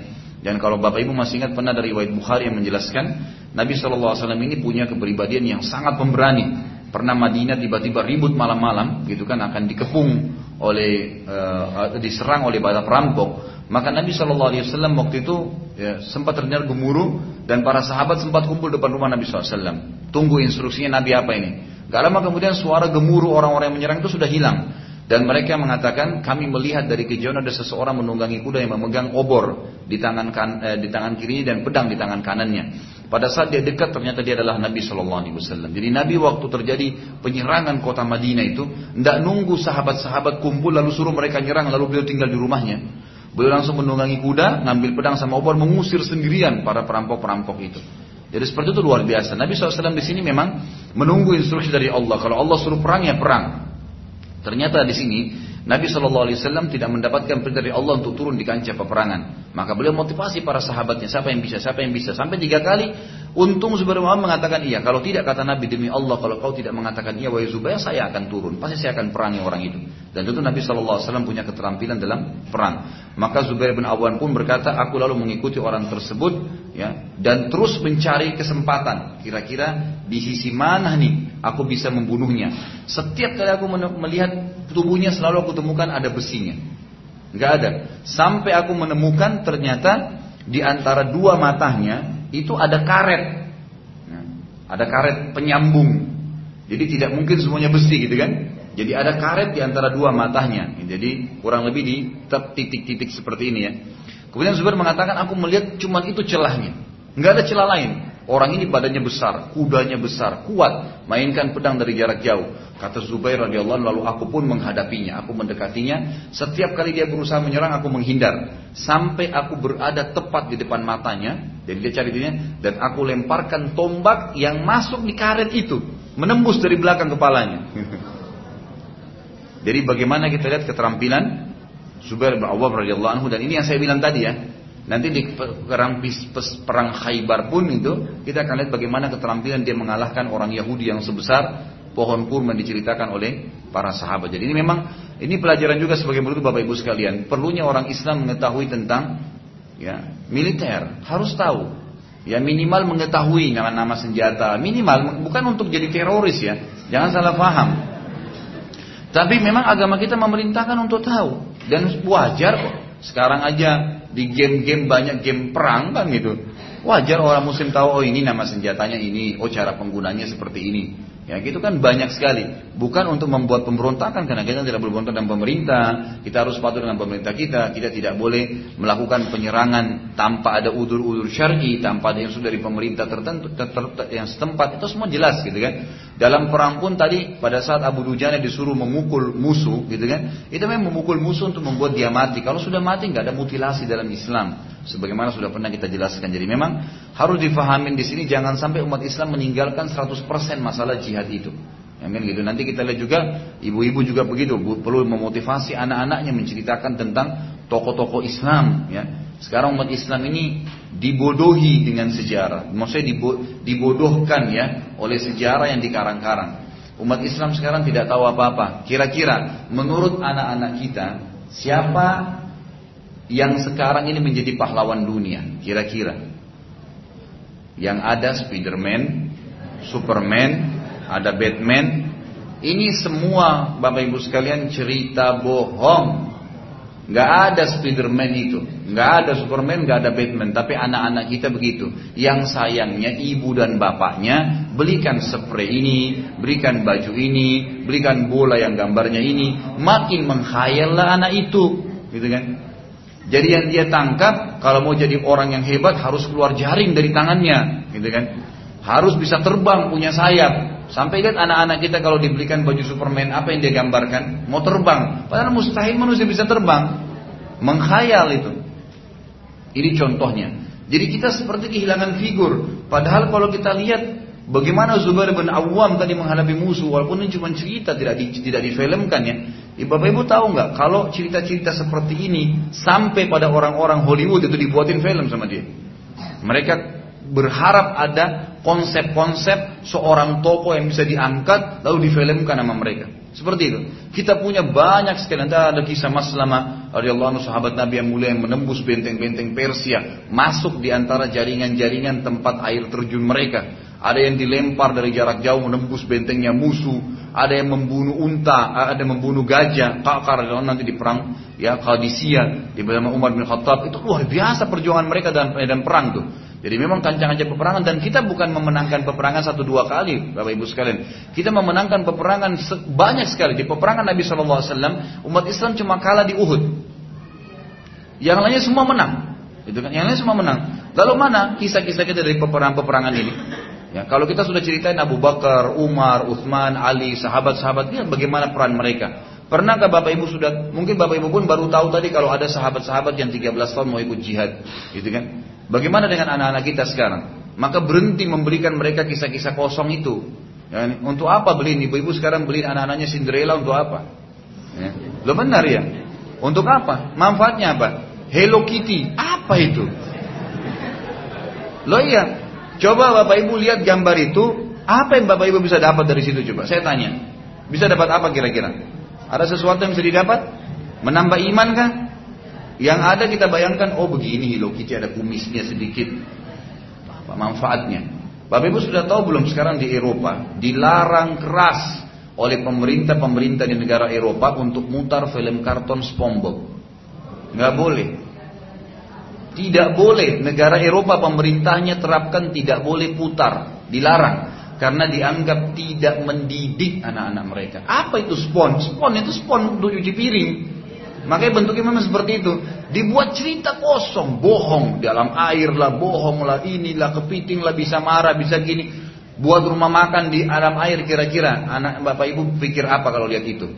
Dan kalau Bapak Ibu masih ingat pernah dari riwayat Bukhari yang menjelaskan Nabi shallallahu alaihi wasallam ini punya kepribadian yang sangat pemberani. Pernah Madinah tiba-tiba ribut malam-malam, gitu kan, akan dikepung oleh uh, diserang oleh bala perampok. Maka Nabi shallallahu alaihi wasallam waktu itu ya, sempat terdengar gemuruh dan para sahabat sempat kumpul depan rumah Nabi shallallahu alaihi wasallam. Tunggu instruksinya Nabi apa ini. Gak lama kemudian suara gemuruh orang-orang yang menyerang itu sudah hilang. Dan mereka mengatakan, kami melihat dari kejauhan ada seseorang menunggangi kuda yang memegang obor di tangan kan, eh, di tangan kirinya dan pedang di tangan kanannya. Pada saat dia dekat ternyata dia adalah Nabi shallallahu alaihi wasallam. Jadi Nabi waktu terjadi penyerangan kota Madinah itu, tidak nunggu sahabat-sahabat kumpul lalu suruh mereka nyerang lalu beliau tinggal di rumahnya. Beliau langsung menunggangi kuda, ngambil pedang sama obor, mengusir sendirian para perampok-perampok itu. Jadi seperti itu luar biasa. Nabi shallallahu alaihi wasallam di sini memang menunggu instruksi dari Allah. Kalau Allah suruh perang ya perang. Ternyata di sini Nabi shallallahu alaihi wasallam tidak mendapatkan perintah dari Allah untuk turun di kancah peperangan. Maka beliau motivasi para sahabatnya, siapa yang bisa, siapa yang bisa. Sampai tiga kali, untung Zubair bin Awwam mengatakan iya. Kalau tidak, kata Nabi, demi Allah, kalau kau tidak mengatakan iya wahai Zubair, saya akan turun. Pasti saya akan perangi orang itu. Dan tentu Nabi shallallahu alaihi wasallam punya keterampilan dalam perang. Maka Zubair bin Awwam pun berkata, aku lalu mengikuti orang tersebut, ya, dan terus mencari kesempatan. Kira-kira di sisi mana nih aku bisa membunuhnya. Setiap kali aku melihat tubuhnya selalu aku temukan ada besinya. Gak ada. Sampai aku menemukan ternyata di antara dua matanya itu ada karet. Nah, ada karet penyambung. Jadi tidak mungkin semuanya besi gitu kan. Jadi ada karet di antara dua matanya. Jadi kurang lebih di titik-titik seperti ini ya. Kemudian Zubair mengatakan aku melihat cuma itu celahnya. Gak ada celah lain. Orang ini badannya besar, kudanya besar, kuat, mainkan pedang dari jarak jauh. Kata Zubair radhiyallahu anhu, lalu aku pun menghadapinya, aku mendekatinya. Setiap kali dia berusaha menyerang, aku menghindar. Sampai aku berada tepat di depan matanya, jadi dia cari dia, dan aku lemparkan tombak yang masuk di karet itu, menembus dari belakang kepalanya. Jadi bagaimana kita lihat keterampilan Zubair bin Awwam radhiyallahu anhu, dan ini yang saya bilang tadi ya. Nanti di perang, perang Khaybar pun itu kita akan lihat bagaimana keterampilan dia mengalahkan orang Yahudi yang sebesar pohon kurma diceritakan oleh para sahabat. Jadi ini memang ini pelajaran juga sebagai berikut Bapak Ibu sekalian. Perlunya orang Islam mengetahui tentang ya militer, harus tahu. Ya minimal mengetahui nama-nama senjata, minimal bukan untuk jadi teroris ya. Jangan salah paham. Tapi memang agama kita memerintahkan untuk tahu dan wajar kok. Sekarang aja di game-game banyak game perang kan gitu. Wajar orang muslim tahu, oh ini nama senjatanya ini, oh cara penggunanya seperti ini. Ya gitu kan banyak sekali. Bukan untuk membuat pemberontakan, karena kita tidak boleh berontak dengan pemerintah. Kita harus patuh dengan pemerintah kita. Kita tidak boleh melakukan penyerangan tanpa ada udzur-udzur syar'i, tanpa ada yang sudah dari pemerintah tertentu ter, ter, ter, yang setempat. Itu semua jelas gitu kan. Dalam perang pun tadi pada saat Abu Dujana disuruh memukul musuh gitu kan, itu memang memukul musuh untuk membuat dia mati. Kalau sudah mati nggak ada mutilasi dalam Islam. Sebagaimana sudah pernah kita jelaskan. Jadi memang harus difahamin di sini, jangan sampai umat Islam meninggalkan seratus persen masalah jihad itu. Ya, kan gitu. Nanti kita lihat juga ibu-ibu juga begitu, perlu memotivasi anak-anaknya menceritakan tentang tokoh-tokoh Islam. Ya. Sekarang umat Islam ini dibodohi dengan sejarah, maksudnya dibodohkan ya oleh sejarah yang dikarang-karang. Umat Islam sekarang tidak tahu apa-apa. Kira-kira menurut anak-anak kita siapa yang sekarang ini menjadi pahlawan dunia? Kira-kira yang ada Spiderman, Superman, ada Batman. Ini semua Bapak Ibu sekalian cerita bohong. Gak ada Spiderman itu, gak ada Superman, gak ada Batman. Tapi anak-anak kita begitu. Yang sayangnya ibu dan bapaknya belikan spray ini, berikan baju ini, berikan bola yang gambarnya ini. Makin menghayallah anak itu, gitu kan. Jadi yang dia tangkap, kalau mau jadi orang yang hebat harus keluar jaring dari tangannya, gitu kan. Harus bisa terbang, punya sayap. Sampai lihat anak-anak kita kalau dibelikan baju Superman, apa yang dia gambarkan? Mau terbang. Padahal mustahil manusia bisa terbang. Menghayal itu. Ini contohnya. Jadi kita seperti kehilangan figur. Padahal kalau kita lihat bagaimana Zubair bin Awwam tadi menghadapi musuh, walaupun ini cuma cerita, tidak di, tidak difilmkan ya. Bapak Ibu tahu nggak kalau cerita-cerita seperti ini sampai pada orang-orang Hollywood itu dibuatin film sama dia. Mereka berharap ada konsep-konsep seorang tokoh yang bisa diangkat lalu difilmkan sama mereka. Seperti itu. Kita punya banyak sekali. Nanti ada kisah Maslama radhiyallahu anhu sahabat Nabi yang mulia yang menembus benteng-benteng Persia, masuk di antara jaringan-jaringan tempat air terjun mereka. Ada yang dilempar dari jarak jauh menembus bentengnya musuh, ada yang membunuh unta, ada yang membunuh gajah. Ka'kar nanti di perang ya Qadisiyah di bersama Umar bin Khattab, itu luar biasa perjuangan mereka dalam medan perang tuh. Jadi memang kancah-kancah peperangan, dan kita bukan memenangkan peperangan satu dua kali, Bapak Ibu sekalian. Kita memenangkan peperangan banyak sekali. Di peperangan Nabi shallallahu alaihi wasallam, umat Islam cuma kalah di Uhud. Yang lainnya semua menang. Itu kan, yang lainnya semua menang. Lalu mana kisah-kisah kita dari peperangan-peperangan ini? Ya, kalau kita sudah ceritain Abu Bakar, Umar, Uthman, Ali, sahabat-sahabat, lihat bagaimana peran mereka. Pernahkah Bapak Ibu sudah, mungkin Bapak Ibu pun baru tahu tadi kalau ada sahabat-sahabat yang tiga belas tahun mau ikut jihad, gitu kan? Bagaimana dengan anak-anak kita sekarang? Maka berhenti memberikan mereka kisah-kisah kosong itu. Ya, untuk apa beliin ibu-ibu sekarang beliin anak-anaknya Cinderella untuk apa? Ya. Lo benar ya? Untuk apa? Manfaatnya apa? Hello Kitty, apa itu? Lo iya. Coba Bapak Ibu lihat gambar itu, apa yang Bapak Ibu bisa dapat dari situ coba? Saya tanya, bisa dapat apa kira-kira? Ada sesuatu yang bisa didapat? Menambah iman kah? Yang ada kita bayangkan, oh begini Hello Kitty ada kumisnya sedikit. Apa manfaatnya? Bapak Ibu sudah tahu belum sekarang di Eropa dilarang keras oleh pemerintah-pemerintah di negara Eropa untuk mutar film karton SpongeBob. Nggak boleh. Tidak boleh, negara Eropa pemerintahnya terapkan tidak boleh putar, dilarang. Karena dianggap tidak mendidik anak-anak mereka. Apa itu spon? Spon itu spon untuk cuci piring. Makanya bentuknya memang seperti itu. Dibuat cerita kosong, bohong. Dalam air lah, bohong lah, inilah, kepiting lah, bisa marah, bisa gini. Buat rumah makan di alam air kira-kira. Anak Bapak Ibu pikir apa kalau lihat itu?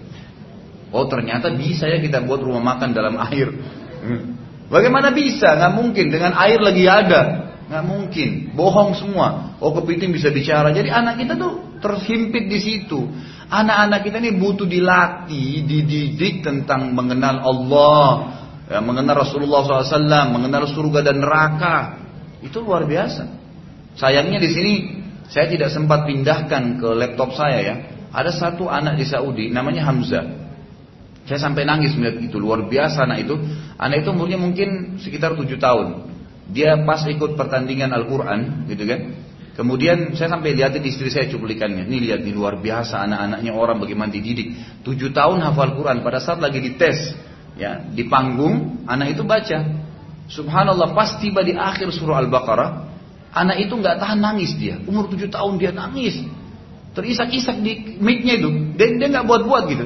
Oh ternyata bisa ya kita buat rumah makan dalam air. Hmm. Bagaimana bisa? Nggak mungkin. Dengan air lagi ada. Nggak mungkin. Bohong semua. Oh kepiting bisa bicara. Jadi anak kita tuh terhimpit di situ. Anak-anak kita ini butuh dilatih, dididik tentang mengenal Allah, ya, mengenal Rasulullah shallallahu alaihi wasallam, mengenal surga dan neraka. Itu luar biasa. Sayangnya di sini saya tidak sempat pindahkan ke laptop saya ya. Ada satu anak di Saudi namanya Hamzah. Saya sampai nangis melihat itu, luar biasa anak itu. Anak itu umurnya mungkin sekitar tujuh tahun. Dia pas ikut pertandingan Al-Quran, gitu kan. Kemudian saya sampai lihatin istri saya cuplikannya. Nih lihat nih luar biasa anak-anaknya orang bagaimana dididik. Tujuh tahun hafal Quran. Pada saat lagi dites, ya di panggung, anak itu baca. Subhanallah, pas tiba di akhir surah Al-Baqarah, anak itu nggak tahan nangis dia. Umur tujuh tahun dia nangis, terisak-isak di mic-nya itu. Dan dia nggak buat-buat gitu.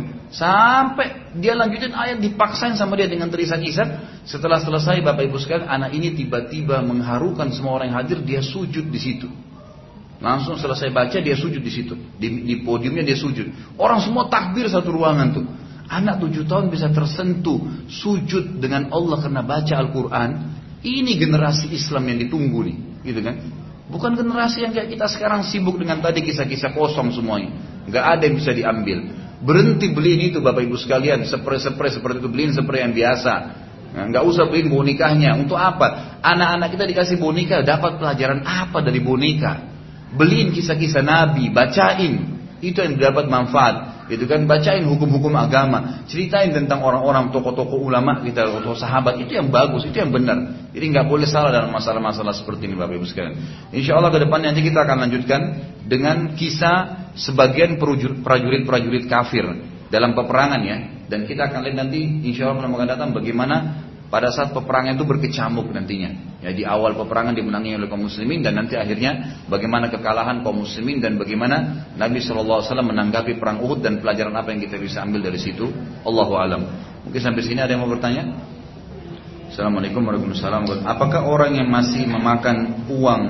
Sampai dia lanjutin ayat, dipaksain sama dia dengan terisak-isak. Setelah selesai Bapak Ibu sekalian, anak ini tiba-tiba mengharukan semua orang yang hadir. Dia sujud di situ. Langsung selesai baca dia sujud di situ. Di, di podiumnya dia sujud. Orang semua takbir satu ruangan tuh. Anak tujuh tahun bisa tersentuh sujud dengan Allah karena baca Al-Quran. Ini generasi Islam yang ditunggu nih, gitu kan? Bukan generasi yang kayak kita sekarang sibuk dengan tadi kisah-kisah kosong semuanya. Gak ada yang bisa diambil. Berhenti beliin itu Bapak Ibu sekalian, spray-spray seperti itu, beliin spray yang biasa. Nah, gak usah beliin bonekanya. Untuk apa? Anak-anak kita dikasih boneka, dapat pelajaran apa dari boneka? Beliin kisah-kisah Nabi, bacain. Itu yang dapat manfaat. Itu kan, bacain hukum-hukum agama. Ceritain tentang orang-orang tokoh-tokoh ulama kita, tokoh sahabat. Itu yang bagus, itu yang benar. Jadi gak boleh salah dalam masalah-masalah seperti ini Bapak Ibu sekalian. Insya Allah ke depan nanti kita akan lanjutkan dengan kisah sebagian prajurit-prajurit kafir dalam peperangan ya. Dan kita akan lihat nanti insya Allah akan datang bagaimana pada saat peperangan itu berkecamuk nantinya. Ya, di awal peperangan dimenangi oleh kaum muslimin dan nanti akhirnya bagaimana kekalahan kaum muslimin dan bagaimana Nabi shallallahu alaihi wasallam menanggapi perang Uhud dan pelajaran apa yang kita bisa ambil dari situ. Allahu alam. Mungkin sampai sini ada yang mau bertanya? Assalamualaikum warahmatullahi wabarakatuh. Apakah orang yang masih memakan uang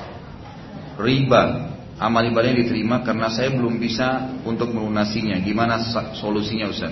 riba amal ibadahnya diterima? Karena saya belum bisa untuk melunasinya. Gimana solusinya Ustaz?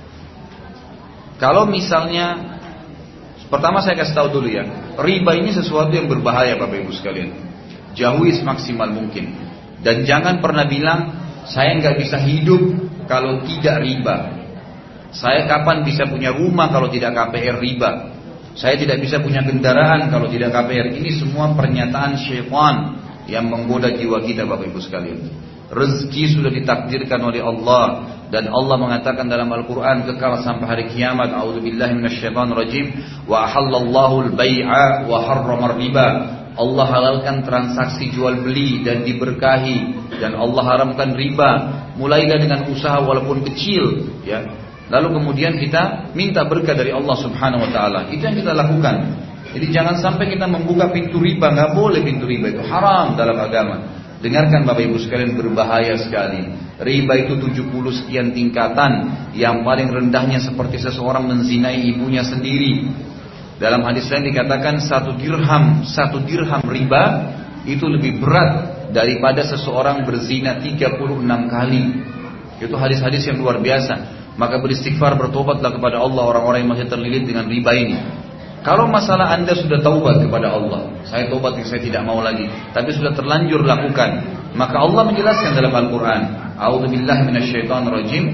Kalau misalnya, pertama saya kasih tahu dulu ya, riba ini sesuatu yang berbahaya Bapak Ibu sekalian. Jauhi semaksimal mungkin. Dan jangan pernah bilang saya nggak bisa hidup kalau tidak riba. Saya kapan bisa punya rumah kalau tidak K P R riba. Saya tidak bisa punya kendaraan kalau tidak K P R. Ini semua pernyataan syaitan yang menggoda jiwa kita Bapak Ibu sekalian. Rezeki sudah ditakdirkan oleh Allah, dan Allah mengatakan dalam Al-Quran kekal sampai hari kiamat. A'udzubillahi minasyaitonirrajim. Wa ahallallahu al-bai'a wa harrama riba. Allah halalkan transaksi jual beli dan diberkahi, dan Allah haramkan riba. Mulailah dengan usaha walaupun kecil, ya. Lalu kemudian kita minta berkah dari Allah Subhanahu wa taala. Itu yang kita lakukan. Jadi jangan sampai kita membuka pintu riba, enggak boleh pintu riba, itu haram dalam agama. Dengarkan Bapak Ibu sekalian, berbahaya sekali. Riba itu tujuh puluh sekian tingkatan. Yang paling rendahnya seperti seseorang menzinai ibunya sendiri. Dalam hadis lain dikatakan satu dirham, satu dirham riba itu lebih berat daripada seseorang berzina tiga puluh enam kali. Itu hadis-hadis yang luar biasa. Maka beristighfar, bertobatlah kepada Allah orang-orang yang masih terlilit dengan riba ini. Kalau masalah anda sudah taubat kepada Allah, saya taubat, saya tidak mau lagi, tapi sudah terlanjur lakukan, maka Allah menjelaskan dalam Al-Quran, A'udzubillahi minasyaitonirrajim,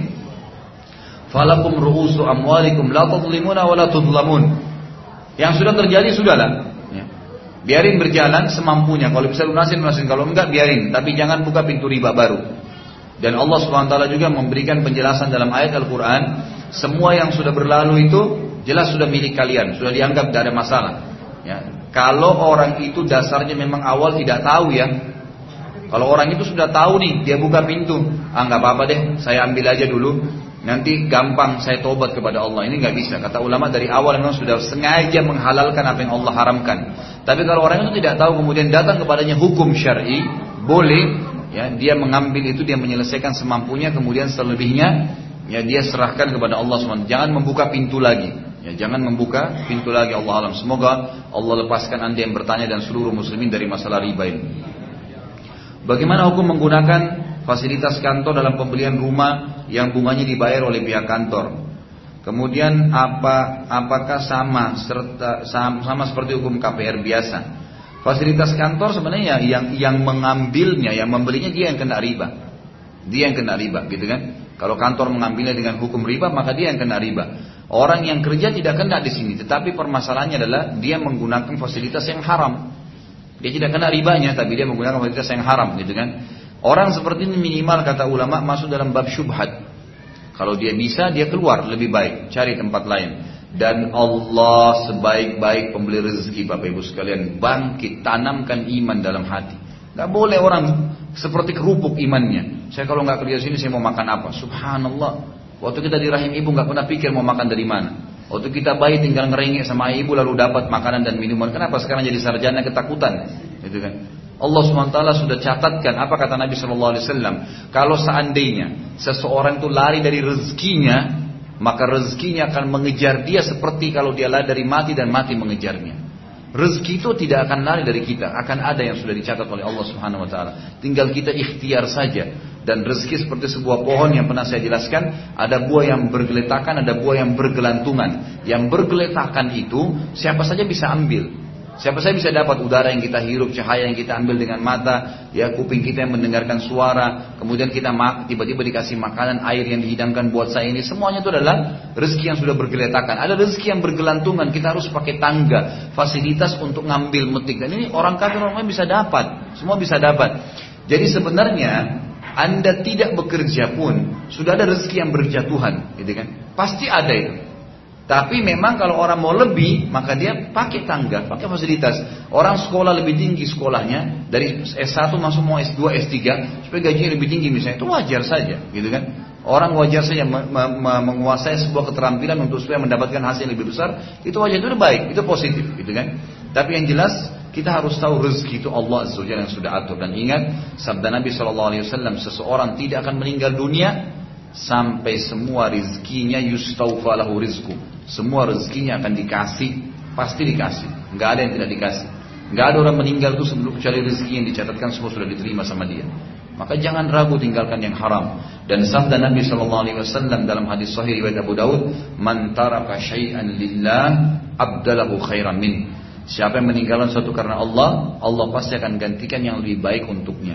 Falakum ru'usu amwalikum la tadlimuna wa la tudlamun. Yang sudah terjadi sudahlah, ya. Biarin berjalan semampunya. Kalau bisa lunasin, lunasin. Kalau enggak, biarin. Tapi jangan buka pintu riba baru. Dan Allah subhanahu wa taala juga memberikan penjelasan dalam ayat Al-Quran, semua yang sudah berlalu itu jelas sudah milik kalian, sudah dianggap tidak ada masalah, ya. Kalau orang itu dasarnya memang awal tidak tahu, ya. Kalau orang itu sudah tahu nih, dia buka pintu, ah nggak apa-apa deh, saya ambil aja dulu, nanti gampang saya tobat kepada Allah. Ini nggak bisa. Kata ulama dari awal memang sudah sengaja menghalalkan apa yang Allah haramkan. Tapi kalau orang itu tidak tahu, kemudian datang kepadanya hukum syar'i, boleh, ya, dia mengambil itu, dia menyelesaikan semampunya, kemudian selebihnya, ya, dia serahkan kepada Allah subhanahu wa taala. Jangan membuka pintu lagi, ya, jangan membuka pintu lagi. Allah alam. Semoga Allah lepaskan anda yang bertanya dan seluruh muslimin dari masalah riba ini. Bagaimana hukum menggunakan fasilitas kantor dalam pembelian rumah yang bunganya dibayar oleh pihak kantor? Kemudian apa apakah sama serta sama, sama seperti hukum K P R biasa? Fasilitas kantor sebenarnya yang yang mengambilnya, yang membelinya dia yang kena riba. Dia yang kena riba, gitu kan? Kalau kantor mengambilnya dengan hukum riba, maka dia yang kena riba. Orang yang kerja tidak kena di sini, tetapi permasalahannya adalah dia menggunakan fasilitas yang haram. Dia tidak kena ribanya, tapi dia menggunakan fasilitas yang haram, gitu kan? Orang seperti ini minimal kata ulama masuk dalam bab syubhat. Kalau dia bisa, dia keluar, lebih baik cari tempat lain. Dan Allah sebaik-baik pembeli rezeki, Bapak Ibu sekalian, bangkit, tanamkan iman dalam hati. Gak boleh orang seperti kerupuk imannya. Saya kalau nggak kerja sini, saya mau makan apa? Subhanallah. Waktu kita di rahim ibu nggak pernah pikir mau makan dari mana. Waktu kita bayi tinggal ngerengek sama ibu lalu dapat makanan dan minuman. Kenapa sekarang jadi sarjana ketakutan? Gitu kan? Allah subhanahu wa taala sudah catatkan. Apa kata Nabi shallallahu alaihi wasallam? Kalau seandainya seseorang itu lari dari rezekinya, maka rezekinya akan mengejar dia seperti kalau dia lari dari mati dan mati mengejarnya. Rezeki itu tidak akan lari dari kita, akan ada yang sudah dicatat oleh Allah Subhanahu wa taala. Tinggal kita ikhtiar saja. Dan rezeki seperti sebuah pohon yang pernah saya jelaskan, ada buah yang bergeletakan, ada buah yang bergelantungan. Yang bergeletakan itu siapa saja bisa ambil. Siapa saja bisa dapat udara yang kita hirup, cahaya yang kita ambil dengan mata, ya, kuping kita yang mendengarkan suara, kemudian kita tiba-tiba dikasih makanan, air yang dihidangkan buat saya ini, semuanya itu adalah rezeki yang sudah bergeletakan. Ada rezeki yang bergelantungan, kita harus pakai tangga, fasilitas untuk ngambil metik. Dan ini orang kafir orang lain bisa dapat, semua bisa dapat. Jadi sebenarnya anda tidak bekerja pun sudah ada rezeki yang berjatuhan, gitu kan? Pasti ada itu. Tapi memang kalau orang mau lebih, maka dia pakai tangga, pakai fasilitas. Orang sekolah lebih tinggi sekolahnya, dari S satu masuk mau S dua, S tiga, supaya gajinya lebih tinggi misalnya, itu wajar saja, gitu kan? Orang wajar saja menguasai sebuah keterampilan untuk supaya mendapatkan hasil yang lebih besar, itu wajar, itu baik, itu positif, gitu kan? Tapi yang jelas kita harus tahu rezeki itu Allah Azza wa Jalla yang sudah atur. Dan ingat sabda Nabi shallallahu alaihi wasallam, seseorang tidak akan meninggal dunia sampai semua rizkinya yustawfa lahu rizku. Semua rezekinya akan dikasih, pasti dikasih. Nggak ada yang tidak dikasih. Nggak ada orang meninggal itu sebelum kecuali rezeki yang dicatatkan semua sudah diterima sama dia. Maka jangan ragu tinggalkan yang haram. Dan sabda Nabi shallallahu alaihi wasallam dalam hadis sahih riwayat Abu Daud, man taraka syai'an lillah abdalahu khairan min. Siapa yang meninggalkan sesuatu karena Allah, Allah pasti akan gantikan yang lebih baik untuknya.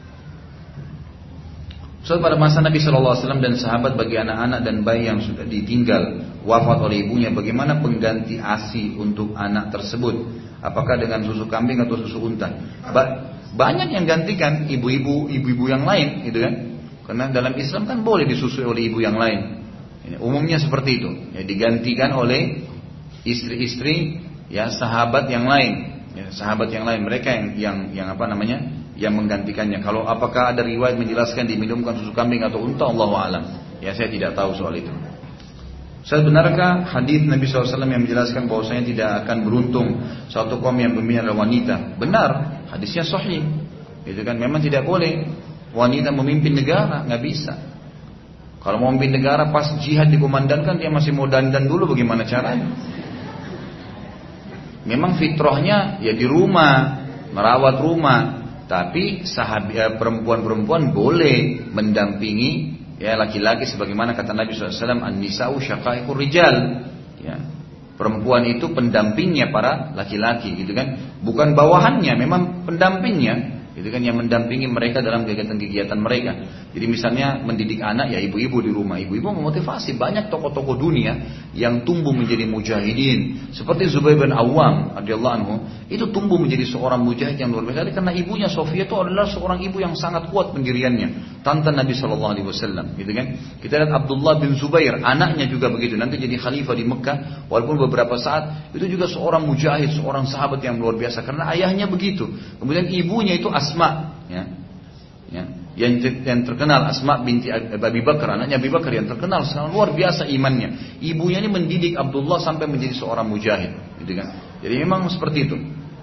So, pada masa Nabi shallallahu alaihi wasallam dan sahabat bagi anak-anak dan bayi yang sudah ditinggal wafat oleh ibunya, bagaimana pengganti A S I untuk anak tersebut? Apakah dengan susu kambing atau susu unta? Ba banyak yang gantikan ibu-ibu ibu-ibu yang lain, gitu kan? Karena dalam Islam kan boleh disusui oleh ibu yang lain. Ya, umumnya seperti itu, ya, digantikan oleh istri-istri ya sahabat yang lain, ya, sahabat yang lain mereka yang yang yang apa namanya, yang menggantikannya. Kalau apakah ada riwayat menjelaskan diminumkan susu kambing atau unta, Allahu a'lam. Ya saya tidak tahu soal itu. Saya benarkah hadis Nabi shallallahu alaihi wasallam yang menjelaskan bahwasanya tidak akan beruntung suatu kaum yang pemimpin adalah wanita? Benar, hadisnya sahih. Itu kan memang tidak boleh wanita memimpin negara, nggak bisa. Kalau mau memimpin negara pas jihad dikumandangkan dia masih mau dandan dulu, bagaimana caranya? Memang fitrahnya ya di rumah, merawat rumah, tapi sahabat perempuan-perempuan boleh mendampingi ya laki-laki, sebagaimana kata Nabi shallallahu alaihi wasallam, an-nisa'u syaqaiqur rijal, ya, perempuan itu pendampingnya para laki-laki, gitu kan, bukan bawahannya, memang pendampingnya, gitu kan, yang mendampingi mereka dalam kegiatan-kegiatan mereka. Jadi misalnya mendidik anak ya ibu-ibu di rumah, ibu-ibu memotivasi. Banyak tokoh-tokoh dunia yang tumbuh menjadi mujahidin, seperti Zubair bin Awam radhiyallahu anhu, itu tumbuh menjadi seorang mujahid yang luar biasa karena ibunya Sofia itu adalah seorang ibu yang sangat kuat pendiriannya, tante Nabi shallallahu alaihi wasallam, gitu kan. Kita lihat Abdullah bin Zubair, anaknya juga begitu, nanti jadi khalifah di Mekah, walaupun beberapa saat itu juga seorang mujahid, seorang sahabat yang luar biasa karena ayahnya begitu. Kemudian ibunya itu Asma, ya, ya, yang, yang terkenal Asma binti Abi Bakar, anaknya Abi Bakar yang terkenal sangat luar biasa imannya. Ibunya ini mendidik Abdullah sampai menjadi seorang mujahid, gitu kan. Jadi memang seperti itu.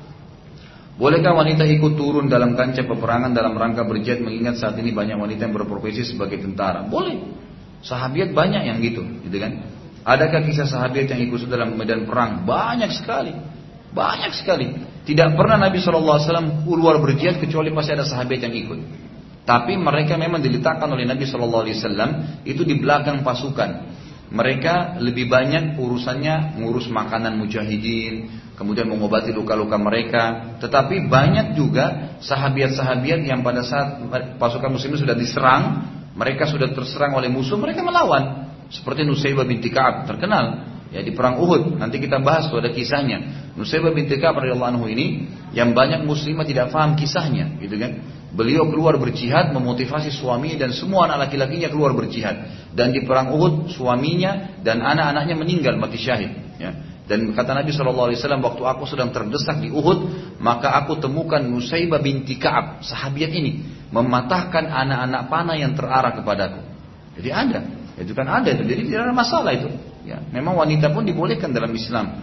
Bolehkah wanita ikut turun dalam kancah peperangan dalam rangka berjihad, mengingat saat ini banyak wanita yang berprofesi sebagai tentara? Boleh. Sahabiat banyak yang gitu, gitu kan. Adakah kisah sahabiat yang ikut dalam medan perang? Banyak sekali. Banyak sekali. Tidak pernah Nabi shallallahu alaihi wasallam keluar berjihad kecuali pasti ada sahabat yang ikut. Tapi mereka memang diletakkan oleh Nabi shallallahu alaihi wasallam itu di belakang pasukan. Mereka lebih banyak urusannya ngurus makanan mujahidin, kemudian mengobati luka-luka mereka. Tetapi banyak juga sahabiat-sahabiat yang pada saat pasukan muslimin sudah diserang, mereka sudah terserang oleh musuh, mereka melawan. Seperti Nusaybah binti Ka'ab, terkenal ya di perang Uhud. Nanti kita bahas tuh ada kisahnya. Nusaybah binti Ka'ab radhiyallahu anhu ini yang banyak muslimah tidak paham kisahnya, gitu kan. Beliau keluar berjihad memotivasi suaminya dan semua anak laki-lakinya keluar berjihad. Dan di perang Uhud suaminya dan anak-anaknya meninggal mati syahid, ya. Dan kata Nabi shallallahu alaihi wasallam, waktu aku sedang terdesak di Uhud, maka aku temukan Nusaybah binti Ka'ab, sahabiat ini, mematahkan anak-anak panah yang terarah kepadaku. Jadi ada, itu kan ada itu. Jadi tidak ada masalah itu. Ya, memang wanita pun dibolehkan dalam Islam.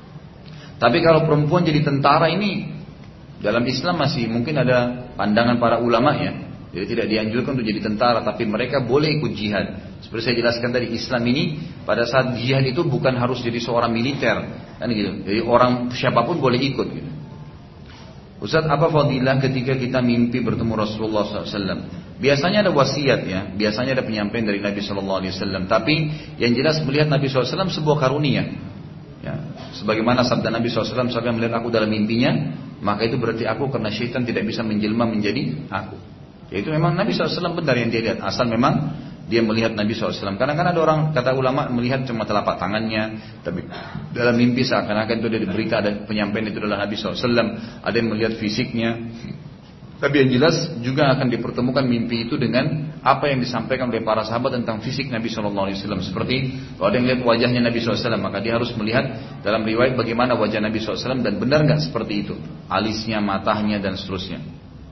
Tapi kalau perempuan jadi tentara ini dalam Islam masih mungkin ada pandangan para ulama ya. Jadi tidak dianjurkan untuk jadi tentara, tapi mereka boleh ikut jihad. Seperti saya jelaskan tadi, Islam ini pada saat jihad itu bukan harus jadi seorang militer, kan gitu. Jadi orang siapapun boleh ikut. Gitu. Ustaz, apa fadilah ketika kita mimpi bertemu Rasulullah shallallahu alaihi wasallam? Biasanya ada wasiat ya, biasanya ada penyampaian dari Nabi shallallahu alaihi wasallam. Tapi yang jelas melihat Nabi shallallahu alaihi wasallam sebuah karunia. Ya, sebagaimana sabda Nabi shallallahu alaihi wasallam, "Siapa yang melihat aku dalam mimpinya, maka itu berarti aku, karena syaitan tidak bisa menjelma menjadi aku." Yaitu memang Nabi shallallahu alaihi wasallam benar yang dia lihat, asal memang dia melihat Nabi shallallahu alaihi wasallam. Karena kan ada orang, kata ulama, melihat cuma telapak tangannya, tapi dalam mimpi seakan-akan itu ada berita, ada penyampaian itu adalah Nabi shallallahu alaihi wasallam. Ada yang melihat fisiknya. Tapi yang jelas juga akan dipertemukan mimpi itu dengan apa yang disampaikan oleh para sahabat tentang fisik Nabi shallallahu alaihi wasallam. Seperti kalau ada yang lihat wajahnya Nabi shallallahu alaihi wasallam, maka dia harus melihat dalam riwayat bagaimana wajah Nabi shallallahu alaihi wasallam dan benar nggak seperti itu, alisnya, matanya dan seterusnya.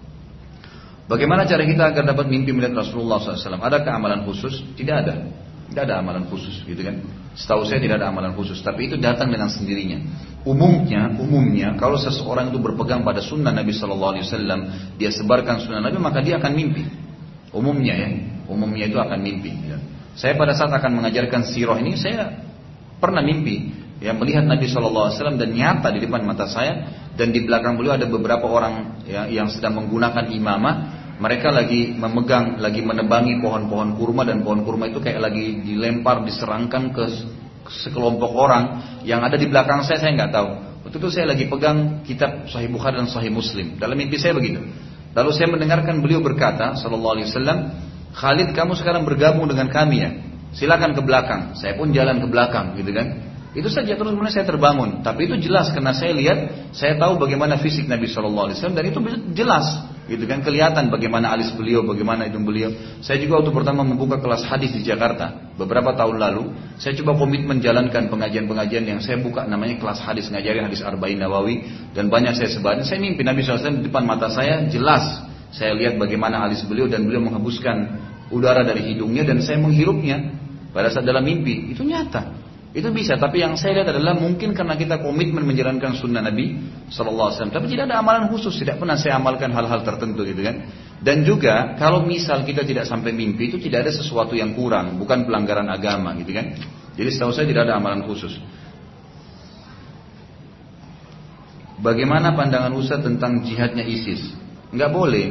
Bagaimana cara kita agar dapat mimpi melihat Rasulullah shallallahu alaihi wasallam? Adakah amalan khusus? Tidak ada. Tidak ada amalan khusus, gitu kan? Setahu saya tidak ada amalan khusus, tapi itu datang dengan sendirinya. Umumnya, umumnya kalau seseorang itu berpegang pada sunnah Nabi Sallallahu Alaihi Wasallam, dia sebarkan sunnah Nabi, maka dia akan mimpi. Umumnya ya, umumnya itu akan mimpi. Ya. Saya pada saat akan mengajarkan sirah ini, saya pernah mimpi, ya, melihat Nabi Sallallahu Alaihi Wasallam dan nyata di depan mata saya, dan di belakang beliau ada beberapa orang ya, yang sedang menggunakan imamah. Mereka lagi memegang, lagi menebangi pohon-pohon kurma, dan pohon kurma itu kayak lagi dilempar, diserangkan ke sekelompok orang yang ada di belakang saya, saya nggak tahu. Waktu itu saya lagi pegang kitab Sahih Bukhari dan Sahih Muslim. Dalam mimpi saya begitu. Lalu saya mendengarkan beliau berkata, Sallallahu Alaihi Wasallam, Khalid, kamu sekarang bergabung dengan kami ya. Silakan ke belakang. Saya pun jalan ke belakang, gitu kan. Itu saja, terus kemudian saya terbangun. Tapi itu jelas karena saya lihat, saya tahu bagaimana fisik Nabi shallallahu alaihi wasallam dan itu jelas, gitu kan, kelihatan bagaimana alis beliau, bagaimana hidung beliau. Saya juga waktu pertama membuka kelas hadis di Jakarta beberapa tahun lalu, saya coba komitmen menjalankan pengajian-pengajian yang saya buka namanya kelas hadis, ngajarin hadis Arba'in Nawawi dan banyak saya sebarin. Saya mimpi Nabi shallallahu alaihi wasallam di depan mata saya jelas. Saya lihat bagaimana alis beliau dan beliau menghembuskan udara dari hidungnya dan saya menghirupnya pada saat dalam mimpi. Itu nyata. Itu bisa, tapi yang saya lihat adalah mungkin karena kita komitmen menjalankan sunnah Nabi shallallahu alaihi wasallam. Tapi tidak ada amalan khusus, tidak pernah saya amalkan hal-hal tertentu gitu kan. Dan juga kalau misal kita tidak sampai mimpi itu tidak ada sesuatu yang kurang, bukan pelanggaran agama gitu kan. Jadi setahu saya tidak ada amalan khusus. Bagaimana pandangan Ustaz tentang jihadnya ISIS? Enggak boleh.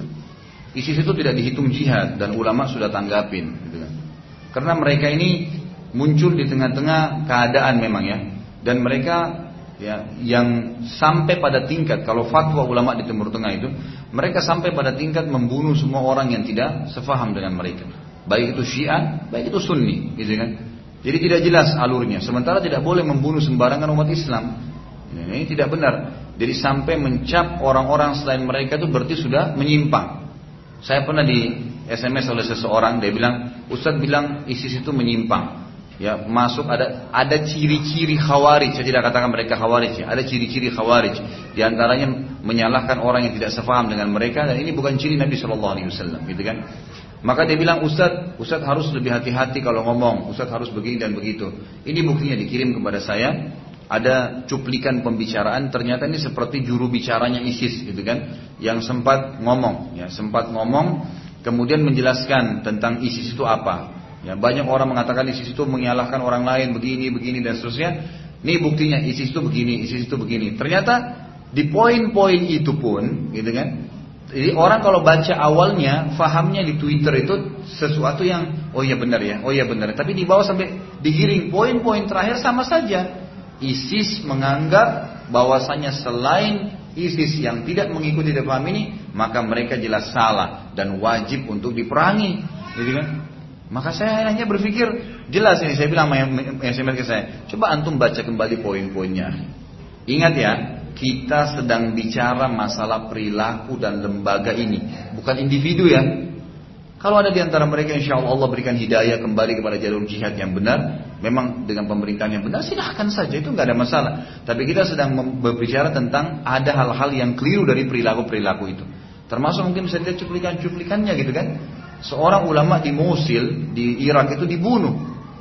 ISIS itu tidak dihitung jihad dan ulama sudah tanggapin gitu kan. Karena mereka ini muncul di tengah-tengah keadaan memang ya, dan mereka ya yang sampai pada tingkat, kalau fatwa ulama di Timur Tengah itu, mereka sampai pada tingkat membunuh semua orang yang tidak sefaham dengan mereka, baik itu Syiah, baik itu Sunni, gitu kan. Jadi tidak jelas alurnya. Sementara tidak boleh membunuh sembarangan umat Islam. Ini tidak benar. Jadi sampai mencap orang-orang selain mereka itu berarti sudah menyimpang. Saya pernah di S M S oleh seseorang, dia bilang, Ustadz bilang ISIS itu menyimpang. Ya, masuk ada ada ciri-ciri khawarij. Saya tidak katakan mereka khawarij ya. Ada ciri-ciri khawarij. Di antaranya menyalahkan orang yang tidak sepaham dengan mereka, dan ini bukan ciri Nabi shallallahu alaihi wasallam, gitu kan? Maka dia bilang, Ustaz, Ustaz harus lebih hati-hati kalau ngomong. Ustaz harus begini dan begitu. Ini buktinya dikirim kepada saya. Ada cuplikan pembicaraan. Ternyata ini seperti juru bicaranya ISIS, gitu kan? Yang sempat ngomong, ya, sempat ngomong, kemudian menjelaskan tentang ISIS itu apa. Ya, banyak orang mengatakan ISIS itu menyalahkan orang lain begini, begini dan seterusnya. Ini buktinya ISIS itu begini, ISIS itu begini. Ternyata di poin-poin itu pun, gitu kan? Jadi orang kalau baca awalnya, fahamnya di Twitter itu sesuatu yang oh iya benar ya, oh iya benar. Tapi di bawah sampai digiring poin-poin terakhir sama saja. ISIS menganggap bahwasanya selain ISIS yang tidak mengikuti dan paham ini, maka mereka jelas salah dan wajib untuk diperangi, gitu kan? Maka saya hanya berpikir, jelas ini saya bilang yang saya ke saya, coba antum baca kembali poin-poinnya. Ingat ya, kita sedang bicara masalah perilaku dan lembaga ini, bukan individu ya. Kalau ada di antara mereka insya Allah Allah berikan hidayah kembali kepada jalur jihad yang benar, memang dengan pemerintahan yang benar, silahkan saja, itu nggak ada masalah. Tapi kita sedang berbicara tentang ada hal-hal yang keliru dari perilaku-perilaku itu. Termasuk mungkin bisa dilihat cuplikan-cuplikannya gitu kan. Seorang ulama di Mosul, di Irak itu dibunuh.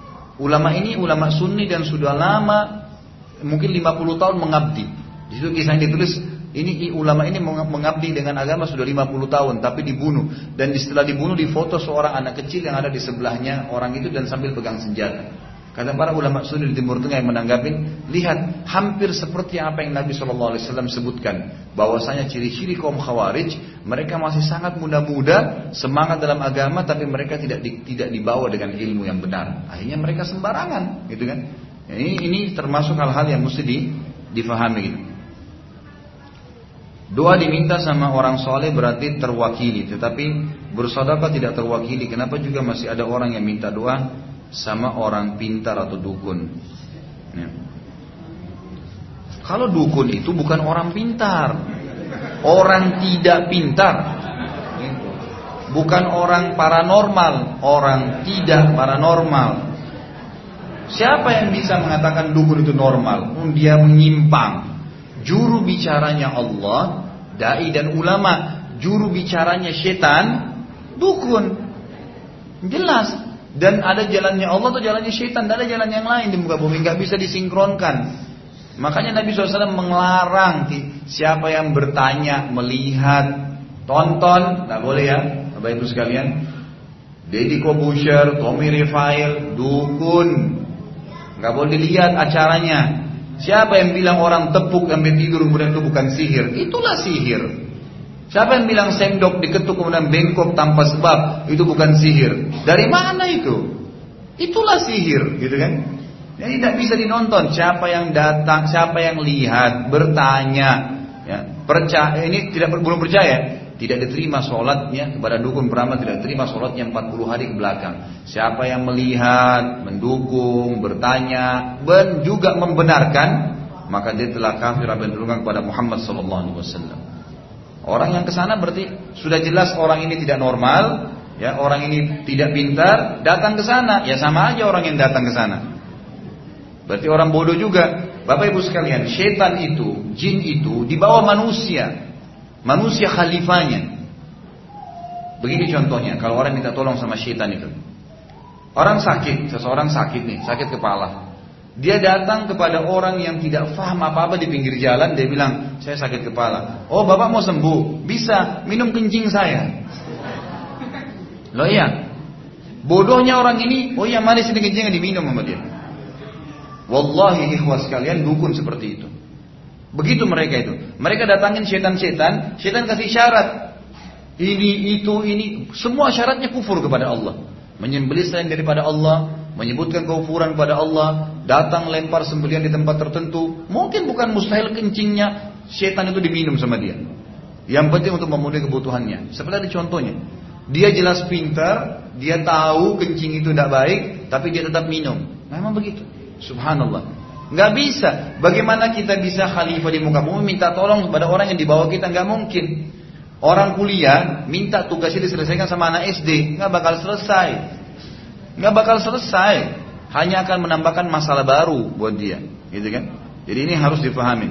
Ulama ini ulama Sunni dan sudah lama, mungkin lima puluh tahun mengabdi. Di situ kisah yang ditulis, ini ulama ini mengabdi dengan agama sudah lima puluh tahun, tapi dibunuh. Dan setelah dibunuh difoto seorang anak kecil yang ada di sebelahnya orang itu dan sambil pegang senjata. Kata para ulama Sunni di Timur Tengah yang menanggapin, lihat hampir seperti apa yang Nabi shallallahu alaihi wasallam sebutkan, bahwasanya ciri-ciri kaum Khawarij, mereka masih sangat muda-muda, semangat dalam agama, tapi mereka tidak di, tidak dibawa dengan ilmu yang benar. Akhirnya mereka sembarangan, gitu kan? Ini ini termasuk hal-hal yang mesti di, difahami. Gitu. Doa diminta sama orang soleh berarti terwakili, tetapi bersedekah tidak terwakili. Kenapa juga masih ada orang yang minta doa sama orang pintar atau dukun? Ya. Kalau dukun itu bukan orang pintar, orang tidak pintar, bukan orang paranormal, orang tidak paranormal. Siapa yang bisa mengatakan dukun itu normal? Dia menyimpang. Juru bicaranya Allah, dai dan ulama. Juru bicaranya setan, dukun. Jelas. Dan ada jalannya Allah atau jalannya syaitan, tidak ada jalan yang lain di muka bumi, nggak bisa disinkronkan. Makanya Nabi shallallahu alaihi wasallam melarang siapa yang bertanya, melihat, tonton, nggak boleh ya, Bapak Ibu sekalian. Deddy Corbuzier, Tommy Refail, dukun, nggak boleh dilihat acaranya. Siapa yang bilang orang tepuk sampai tidur kemudian itu bukan sihir, itulah sihir. Siapa yang bilang sendok diketuk kemudian bengkok tanpa sebab, itu bukan sihir. Dari mana itu? Itulah sihir, gitu kan? Jadi tidak bisa dinonton. Siapa yang datang, siapa yang lihat, bertanya, ya, percaya. Ini tidak belum percaya. tidak diterima sholatnya, kepada dukun beramal tidak diterima sholatnya empat puluh hari ke belakang. Siapa yang melihat, mendukung, bertanya, dan juga membenarkan, maka dia telah kafir dan berpegang kepada Muhammad sallallahu alaihi wasallam. Orang yang kesana berarti sudah jelas orang ini tidak normal, ya, orang ini tidak pintar, datang ke sana, ya sama aja orang yang datang ke sana. Berarti orang bodoh juga. Bapak Ibu sekalian, syaitan itu, jin itu di bawah manusia. Manusia khalifahnya. Begini contohnya, kalau orang minta tolong sama syaitan itu. Orang sakit, seseorang sakit nih, sakit kepala. Dia datang kepada orang yang tidak paham apa-apa di pinggir jalan, dia bilang, saya sakit kepala. Oh, Bapak mau sembuh? Bisa, minum kencing saya. Loh iya. Bodohnya orang ini, oh iya manis ini kencing yang diminum sama dia. Wallahi ikhwas sekalian, dukun seperti itu. Begitu mereka itu. Mereka datangin setan-setan, setan kasih syarat. Ini, itu, ini, semua syaratnya kufur kepada Allah. Menyembelih selain daripada Allah, menyebutkan kekufuran kepada Allah, datang lempar sembelihan di tempat tertentu. Mungkin bukan mustahil kencingnya setan itu diminum sama dia. Yang penting untuk memenuhi kebutuhannya. Seperti ada contohnya. Dia jelas pintar, dia tahu kencing itu tidak baik, tapi dia tetap minum. Memang begitu. Subhanallah. Nggak bisa. Bagaimana kita bisa khalifah di muka bumi minta tolong kepada orang yang di bawah kita? Nggak mungkin. Orang kuliah minta tugasnya diselesaikan sama anak S D, nggak bakal selesai. Nggak bakal selesai. Hanya akan menambahkan masalah baru buat dia, gitu kan? Jadi ini harus difahami.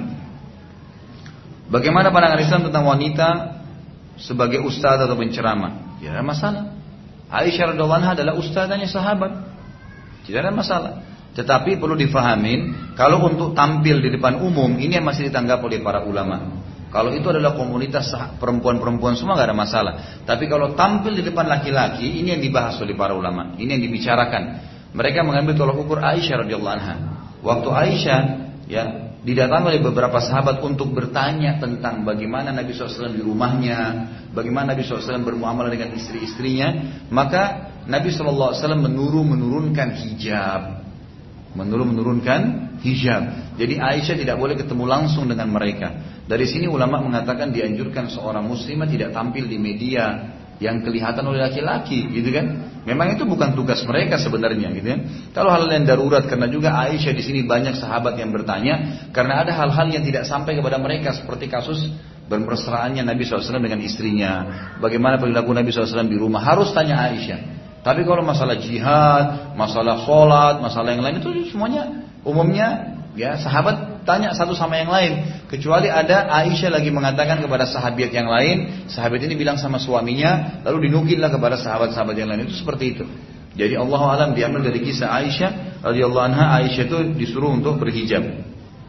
Bagaimana pandangan Islam tentang wanita sebagai ustaz atau penceramah? Tidak ada masalah. Aisyah radhiyallahu anha adalah ustazanya sahabat. Tidak ada masalah. Tetapi perlu difahamin, kalau untuk tampil di depan umum, ini yang masih ditanggap oleh para ulama. Kalau itu adalah komunitas perempuan-perempuan semua gak ada masalah. Tapi kalau tampil di depan laki-laki, ini yang dibahas oleh para ulama. Ini yang dibicarakan. Mereka mengambil tolak ukur Aisyah radhiyallahu anha. Waktu Aisyah ya didatangi oleh beberapa sahabat untuk bertanya tentang bagaimana Nabi shallallahu alaihi wasallam di rumahnya, bagaimana Nabi shallallahu alaihi wasallam bermuamalah dengan istri-istrinya, maka Nabi shallallahu alaihi wasallam menurun menurunkan hijab. Menurun menurunkan hijab. Jadi Aisyah tidak boleh ketemu langsung dengan mereka. Dari sini ulama mengatakan dianjurkan seorang muslimah tidak tampil di media yang kelihatan oleh laki-laki, gitu kan? Memang itu bukan tugas mereka sebenarnya, gitu kan? Kalau hal yang darurat, karena juga Aisyah di sini banyak sahabat yang bertanya, karena ada hal-hal yang tidak sampai kepada mereka seperti kasus bermesraannya Nabi shallallahu alaihi wasallam dengan istrinya, bagaimana perilaku Nabi shallallahu alaihi wasallam di rumah, harus tanya Aisyah. Tapi kalau masalah jihad, masalah sholat, masalah yang lain itu semuanya umumnya ya sahabat tanya satu sama yang lain. Kecuali ada Aisyah lagi mengatakan kepada sahabat yang lain, sahabat ini bilang sama suaminya, lalu dinukillah kepada sahabat-sahabat yang lain. Itu seperti itu. Jadi Allah alam diambil dari kisah Aisyah radhiyallahu anha. Aisyah itu disuruh untuk berhijab.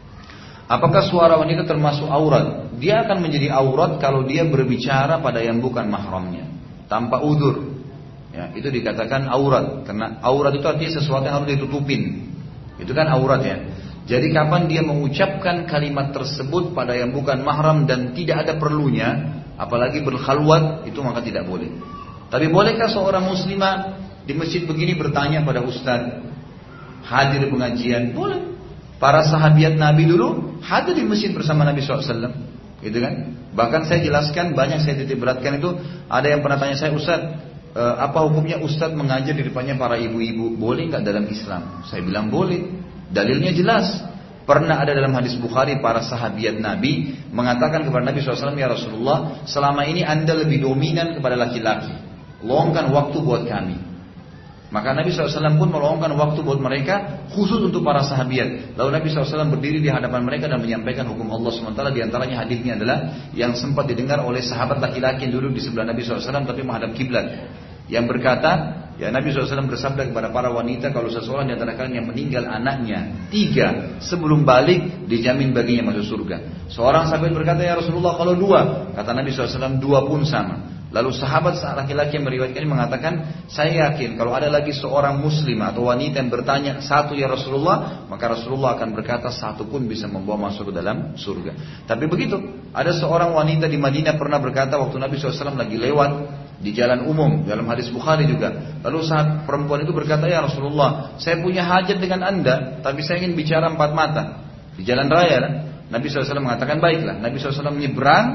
Apakah suara wanita termasuk aurat? Dia akan menjadi aurat kalau dia berbicara pada yang bukan mahramnya, tanpa udzur. Ya, itu dikatakan aurat. Karena aurat itu artinya sesuatu yang harus ditutupin. Itu kan aurat ya. Jadi kapan dia mengucapkan kalimat tersebut pada yang bukan mahram dan tidak ada perlunya, apalagi berkhalwat, itu maka tidak boleh. Tapi bolehkah seorang muslimah di masjid begini bertanya pada ustaz, hadir pengajian? Boleh. Para sahabiat Nabi dulu hadir di masjid bersama Nabi shallallahu alaihi wasallam, gitu kan? Bahkan saya jelaskan, banyak saya titik beratkan itu. Ada yang pernah tanya saya, ustaz, E, apa hukumnya ustadz mengajar di depannya para ibu-ibu? Boleh nggak dalam Islam? Saya bilang boleh. Dalilnya jelas. Pernah ada dalam hadis Bukhari para sahabiat Nabi mengatakan kepada Nabi shallallahu alaihi wasallam, ya Rasulullah, selama ini anda lebih dominan kepada laki-laki. Luangkan waktu buat kami. Maka Nabi shallallahu alaihi wasallam pun meluangkan waktu buat mereka, khusus untuk para sahabiat. Lalu Nabi shallallahu alaihi wasallam berdiri di hadapan mereka dan menyampaikan hukum Allah subhanahu wa taala. Di antaranya hadisnya adalah yang sempat didengar oleh sahabat laki-laki yang duduk di sebelah Nabi shallallahu alaihi wasallam tapi menghadap kiblat, yang berkata, ya Nabi shallallahu alaihi wasallam bersabda kepada para wanita, kalau seseorang di antara kalian yang meninggal anaknya tiga sebelum balik, dijamin baginya masuk surga. Seorang sahabat berkata, ya Rasulullah, kalau dua? Kata Nabi shallallahu alaihi wasallam, dua pun sama. Lalu sahabat laki-laki yang meriwayatkan ini mengatakan, saya yakin kalau ada lagi seorang muslim atau wanita yang bertanya satu ya Rasulullah, maka Rasulullah akan berkata satu pun bisa membawa masuk ke dalam surga. Tapi begitu, ada seorang wanita di Madinah pernah berkata waktu Nabi shallallahu alaihi wasallam lagi lewat di jalan umum, dalam hadis Bukhari juga. Lalu saat perempuan itu berkata, ya Rasulullah, saya punya hajat dengan anda, tapi saya ingin bicara empat mata di jalan raya. Nabi shallallahu alaihi wasallam mengatakan, baiklah. Nabi shallallahu alaihi wasallam menyeberang,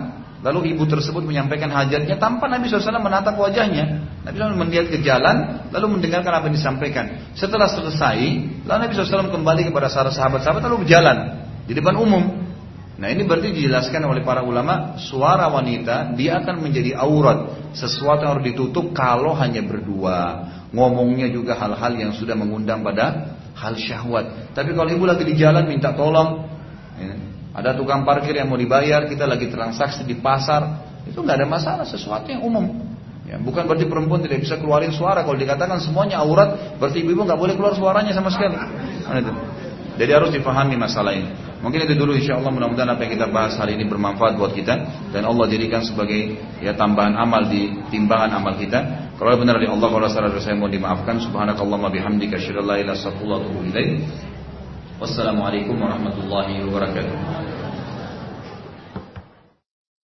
lalu ibu tersebut menyampaikan hajatnya tanpa Nabi shallallahu alaihi wasallam menatap wajahnya. Nabi shallallahu alaihi wasallam melihat ke jalan, lalu mendengarkan apa yang disampaikan. Setelah selesai, lalu Nabi shallallahu alaihi wasallam kembali kepada sahabat-sahabat lalu berjalan di depan umum. Nah ini berarti dijelaskan oleh para ulama, suara wanita dia akan menjadi aurat, sesuatu yang harus ditutup kalau hanya berdua. Ngomongnya juga hal-hal yang sudah mengundang pada hal syahwat. Tapi kalau ibu lagi di jalan minta tolong, ya, ada tukang parkir yang mau dibayar, kita lagi transaksi di pasar, itu nggak ada masalah, sesuatu yang umum. Ya, bukan berarti perempuan tidak bisa keluarin suara. Kalau dikatakan semuanya aurat, berarti ibu-ibu nggak boleh keluar suaranya sama sekali. Mana itu? Jadi harus dipahami masalah ini. Mungkin itu dulu, insya Allah mudah-mudahan apa yang kita bahas hari ini bermanfaat buat kita dan Allah jadikan sebagai ya tambahan amal di timbangan amal kita. Kalau benar dari Allah, kalau salah dari saya mohon dimaafkan. Subhanakallahumma bihamdika asyhadu an la ilaha illa anta astaghfiruka wa atubu ilaik. Wassalamualaikum warahmatullahi wabarakatuh.